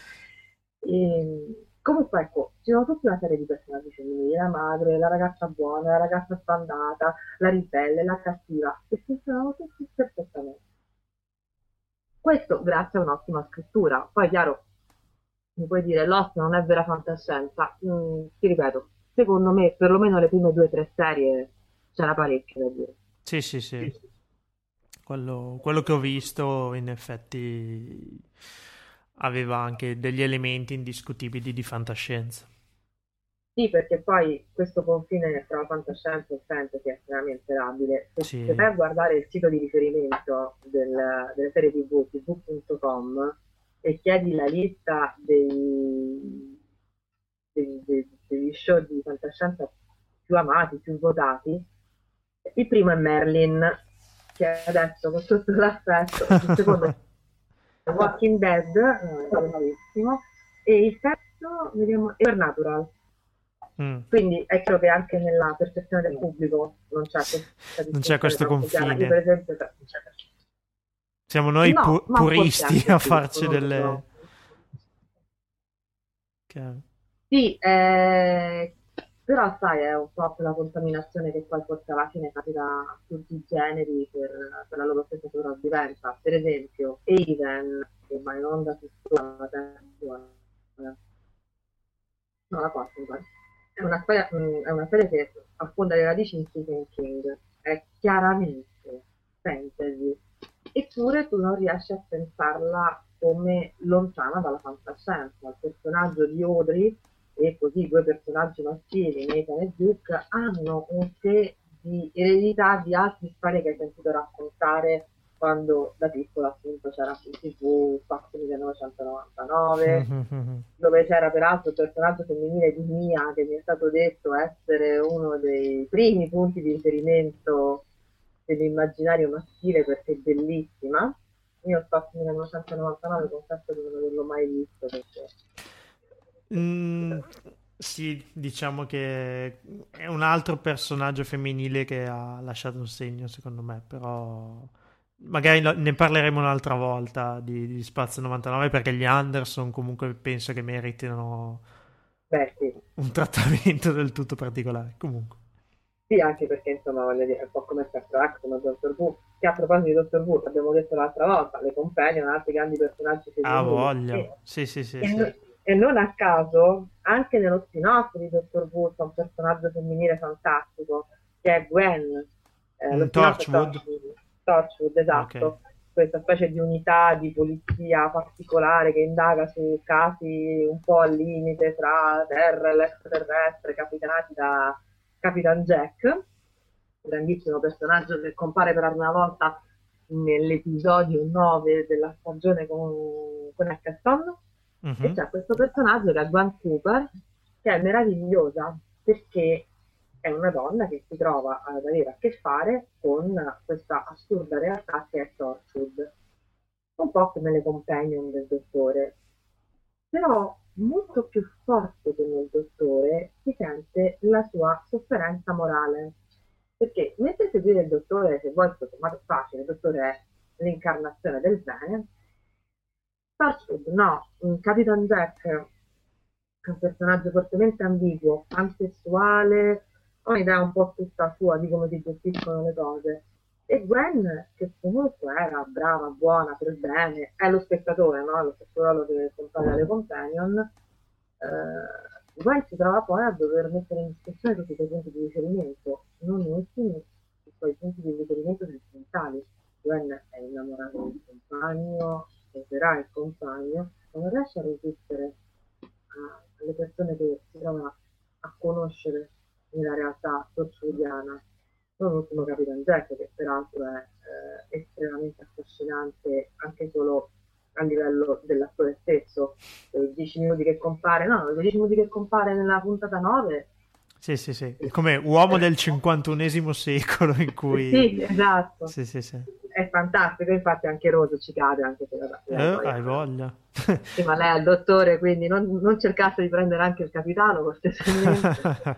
E, comunque ecco, ci sono tutta una serie di personaggi femminili, la madre, la ragazza buona, la ragazza sbandata, la ribelle, la cattiva, che funzionano tutti perfettamente. Questo grazie a un'ottima scrittura. Poi chiaro, mi puoi dire Lost non è vera fantascienza. Mm, ti ripeto, secondo me perlomeno le prime due o tre serie c'era parecchio da dire.
Sì, sì, sì. Quello, quello che ho visto in effetti aveva anche degli elementi indiscutibili di fantascienza.
Sì, perché poi questo confine tra fantascienza e fantasy è estremamente labile. Se,
Sì.
se vai a guardare il sito di riferimento del- delle serie tivù, tivù punto com, e chiedi la lista dei, dei- dei- degli show di fantascienza più amati, più votati, il primo è Merlin, che adesso con tutto l'aspetto, il secondo è Walking Dead, eh, bravissimo, e il terzo vediamo, è Supernatural.
Mm.
Quindi è chiaro che anche nella percezione del pubblico non c'è questa
Non c'è questo
distinzione troppo chiara.
confine.
Io per esempio tra-
Siamo noi
No,
pu-
ma un po'
puristi
sì,
a
sì,
farci
non
delle...
so.
Chiaro.
Sì, eh, però sai, è un po' quella contaminazione che poi forse alla fine capita a tutti i generi per, per la loro stessa sopravvivenza. Per esempio, Haven, che va in onda su la terza, no, la quarta, mi pare. È una storia, mm, è una storia che affonda le radici in Stephen King, è chiaramente fantasy, eppure tu non riesci a pensarla come lontana dalla fantascienza. Il personaggio di Audrey e così i due personaggi maschili, Nathan e Duke, hanno un sé di eredità di altre storie che hai sentito raccontare quando da piccola appunto c'era su tivù Fox millenovecentonovantanove,
Mhm.
dove c'era peraltro il personaggio femminile di Mia, che mi è stato detto essere uno dei primi punti di riferimento dell'immaginario maschile perché è bellissima. Io Fox millenovecentonovantanove confesso di non averlo mai visto perché
Mm, sì, diciamo che è un altro personaggio femminile che ha lasciato un segno, secondo me, però magari lo- ne parleremo un'altra volta di, di Spazio novantanove, perché gli Anderson comunque penso che meritino
beh sì,
un trattamento del tutto particolare. Comunque,
sì, anche perché insomma voglio dire, è un po' come Spectre X, come Doctor Who, che a proposito di Doctor Who, abbiamo detto l'altra volta, le Companion, altri grandi personaggi
ha
femminili.
voglia.
E,
Sì, sì, sì,
e
sì.
no- e non a caso, anche nello spin-off di Doctor Who c'è un personaggio femminile fantastico, che è Gwen. Eh, lo
Mm,
spin-off è
Torchwood?
Torchwood, Torchwood, esatto.
Ok.
Questa specie di unità di polizia particolare che indaga su casi un po' al limite tra terra e l'extraterrestre, capitanati da Capitan Jack, grandissimo personaggio che compare per la prima volta nell'episodio nove della stagione con, con Eccleston. E
Mhm.
c'è questo personaggio che è Gwen Cooper, che è meravigliosa perché è una donna che si trova ad avere a che fare con questa assurda realtà che è Torchwood, un po' come le companion del dottore, però molto più forte che nel dottore si sente la sua sofferenza morale, perché mentre seguire il dottore, se vuoi, è molto facile, il dottore è l'incarnazione del bene, Torchwood no, Capitan Jack è un personaggio fortemente ambiguo, pansessuale, ha un'idea un po' tutta sua di come si gestiscono le cose. E Gwen, che comunque era brava, buona, per bene, è lo spettatore, no? Lo stesso ruolo che compagna le companion. Eh, Gwen si trova poi a dover mettere in discussione tutti i suoi punti di riferimento, non ultimi i suoi punti di riferimento sentimentali. Gwen è innamorata del compagno, sposerà il compagno, ma non riesce a resistere a, alle persone che si trova a conoscere nella realtà torchwoodiana. Non ultimo Capitan Jack, che peraltro è eh, estremamente affascinante anche solo a livello dell'attore stesso. I dieci minuti che compare, no, i dieci minuti che compare nella puntata nove.
Sì, sì, sì, come uomo del cinquantunesimo secolo in cui...
Sì, esatto.
Sì, sì, sì.
È fantastico, infatti anche Rose ci cade, anche se la
eh, hai voglia.
Sì, ma lei è il dottore, quindi non, non cercasse di prendere anche il capitano costantemente.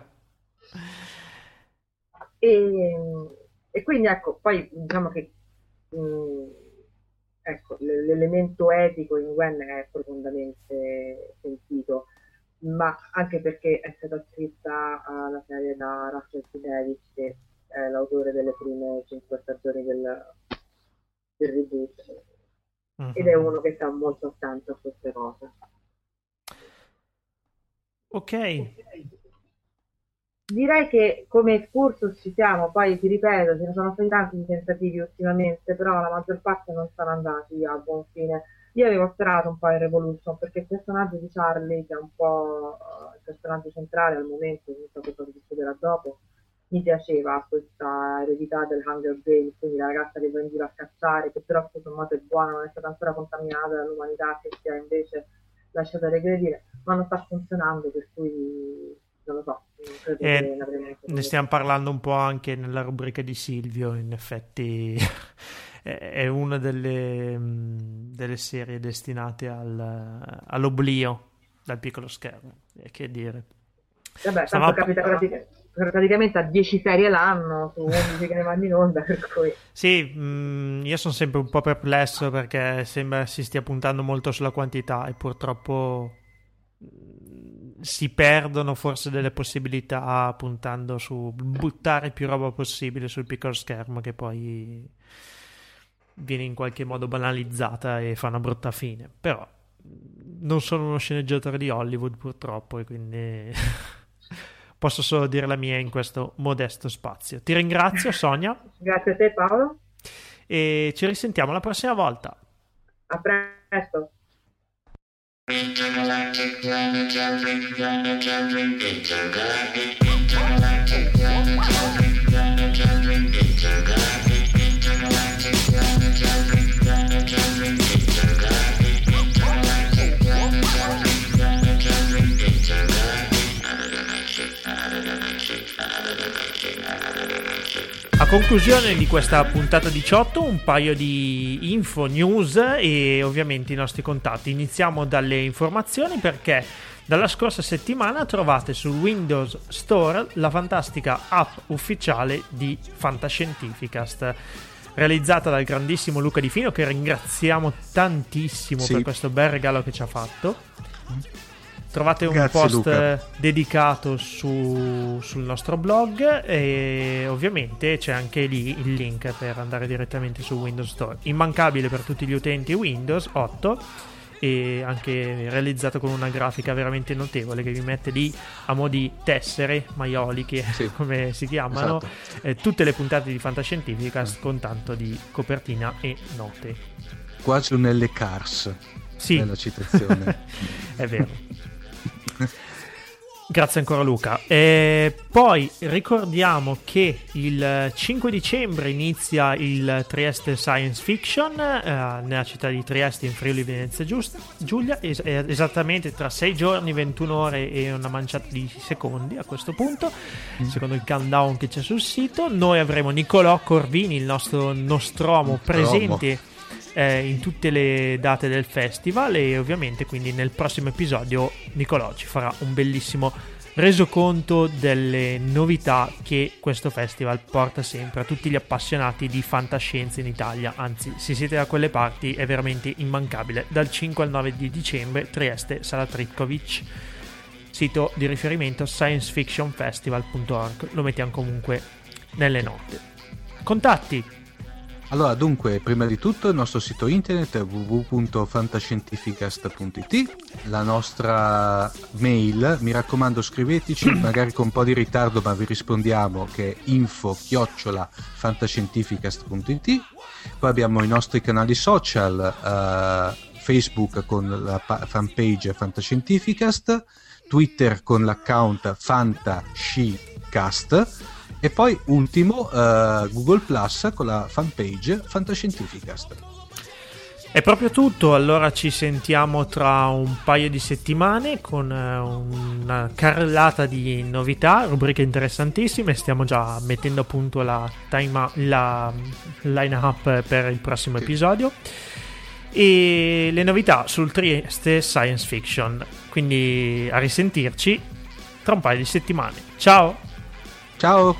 e, e quindi ecco, poi diciamo che mh, ecco, l- l'elemento etico in Gwen è profondamente sentito, ma anche perché è stata scritta alla serie da Russell T. Davies, che è l'autore delle prime cinque stagioni del, del reboot, uh-huh. Ed è uno che sta molto attento a queste cose.
Ok.
Direi che come excursus ci siamo, poi ti ripeto, ce ne sono stati tanti tentativi ultimamente, però la maggior parte non sono andati a buon fine. Io avevo sperato un po' in Revolution, perché il personaggio di Charlie, che è un po' uh, il personaggio centrale al momento, non so cosa succederà dopo, mi piaceva questa eredità del Hunger Games, quindi la ragazza che va in giro a cacciare, che però tutto sommato è buona, non è stata ancora contaminata dall'umanità, che si è invece lasciata regredire, ma non sta funzionando, per cui non lo so. Credo
eh,
che ne,
ne stiamo parlando un po' anche nella rubrica di Silvio, in effetti è una delle, delle serie destinate al, all'oblio dal piccolo schermo, e che dire.
Vabbè, tanto capita praticamente, praticamente a dieci serie l'anno su undici che ne vanno in onda, per cui...
Sì, mh, io sono sempre un po' perplesso perché sembra si stia puntando molto sulla quantità e purtroppo si perdono forse delle possibilità puntando su buttare più roba possibile sul piccolo schermo, che poi viene in qualche modo banalizzata e fa una brutta fine. Però non sono uno sceneggiatore di Hollywood purtroppo, e quindi posso solo dire la mia in questo modesto spazio. Ti ringrazio, Sonia.
Grazie a te, Paolo,
e ci risentiamo la prossima volta.
A presto.
Intergalactic planetary, planetary, intergalactic, intergalactic, planetary, planetary, intergalactic, intergalactic, planetary, planetary, intergalactic, intergalactic, planetary, planetary, intergalactic.
A conclusione di questa puntata diciotto, un paio di info, news e ovviamente i nostri contatti. Iniziamo dalle informazioni, perché dalla scorsa settimana trovate su Windows Store la fantastica app ufficiale di Fantascientificast, realizzata dal grandissimo Luca Di Fino, che ringraziamo tantissimo sì. per questo bel regalo che ci ha fatto. Trovate un Grazie, post Luca. dedicato su, sul nostro blog, e ovviamente c'è anche lì il link per andare direttamente su Windows Store. Immancabile per tutti gli utenti Windows otto, e anche realizzato con una grafica veramente notevole che vi mette lì a mo' di tessere maioliche, sì. come si chiamano, esatto. eh, tutte le puntate di Fantascientificast con tanto di copertina e note.
Quasi un L Cars
sì.
nella citazione.
È vero. Grazie ancora Luca. E poi ricordiamo che il cinque dicembre inizia il Trieste Science Fiction eh, nella città di Trieste in Friuli Venezia Giulia, es- esattamente tra sei giorni, ventuno ore e una manciata di secondi a questo punto, mm. secondo il countdown che c'è sul sito. Noi avremo Nicolò Corvini, il nostro Nostromo, presente eh, in tutte le date del festival, e ovviamente quindi nel prossimo episodio Nicolò ci farà un bellissimo resoconto delle novità che questo festival porta sempre a tutti gli appassionati di fantascienza in Italia. Anzi, se siete da quelle parti è veramente immancabile. Dal cinque al nove di dicembre, Trieste, Sala Tripkovic, sito di riferimento science fiction festival punto org, lo mettiamo comunque nelle note. Contatti.
Allora, dunque, prima di tutto il nostro sito internet è w w w punto fantascientificast punto i t, la nostra mail, mi raccomando scriveteci, magari con un po' di ritardo ma vi rispondiamo, che è info chiocciola fantascientificast punto i t. Poi abbiamo i nostri canali social, uh, Facebook con la pa- fanpage Fantascientificast, Twitter con l'account Fantascicast, e poi ultimo uh, Google Plus con la fanpage Fantascientificast.
È proprio tutto, allora ci sentiamo tra un paio di settimane con uh, una carrellata di novità, rubriche interessantissime. Stiamo già mettendo a punto la, time, la line up per il prossimo episodio e le novità sul Trieste Science Fiction, quindi a risentirci tra un paio di settimane. Ciao!
Ciao!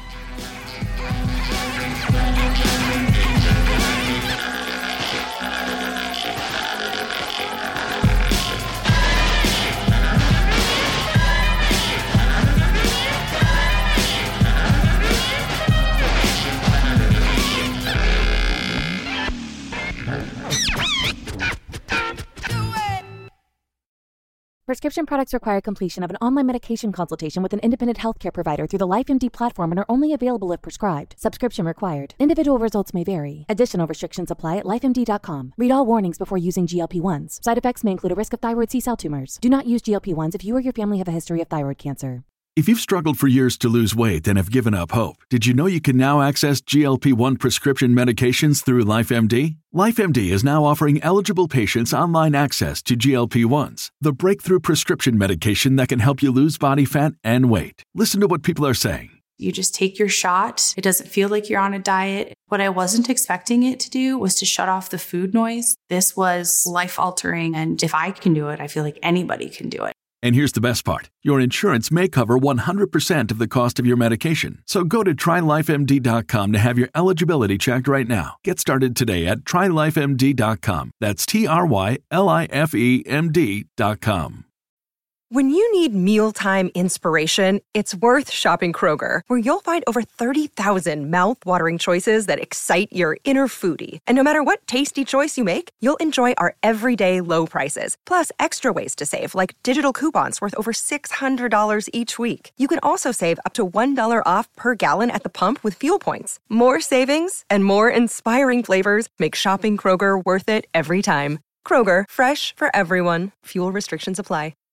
Prescription products require completion of an online medication consultation with an independent healthcare provider through the LifeMD platform and are only available if prescribed. Subscription required. Individual results may vary. Additional restrictions apply at life M D dot com. Read all warnings before using G L P ones. Side effects may include a risk of thyroid C-cell tumors. Do not use G L P ones if you or your family have a history of thyroid cancer.
If you've struggled for years to lose weight and have given up hope, did you know you can now access G L P one prescription medications through LifeMD? LifeMD is now offering eligible patients online access to G L P ones, the breakthrough prescription medication that can help you lose body fat and weight. Listen to what people are saying.
You just take your shot. It doesn't feel like you're on a diet. What I wasn't expecting it to do was to shut off the food noise. This was life-altering, and if I can do it, I feel like anybody can do it.
And here's the best part. Your insurance may cover one hundred percent of the cost of your medication. So go to try life M D dot com to have your eligibility checked right now. Get started today at try life M D dot com. That's T R Y L I F E M D dot com.
When you need mealtime inspiration, it's worth shopping Kroger, where you'll find over thirty thousand mouth-watering choices that excite your inner foodie. And no matter what tasty choice you make, you'll enjoy our everyday low prices, plus extra ways to save, like digital coupons worth over six hundred dollars each week. You can also save up to one dollar off per gallon at the pump with fuel points. More savings and more inspiring flavors make shopping Kroger worth it every time. Kroger, fresh for everyone. Fuel restrictions apply.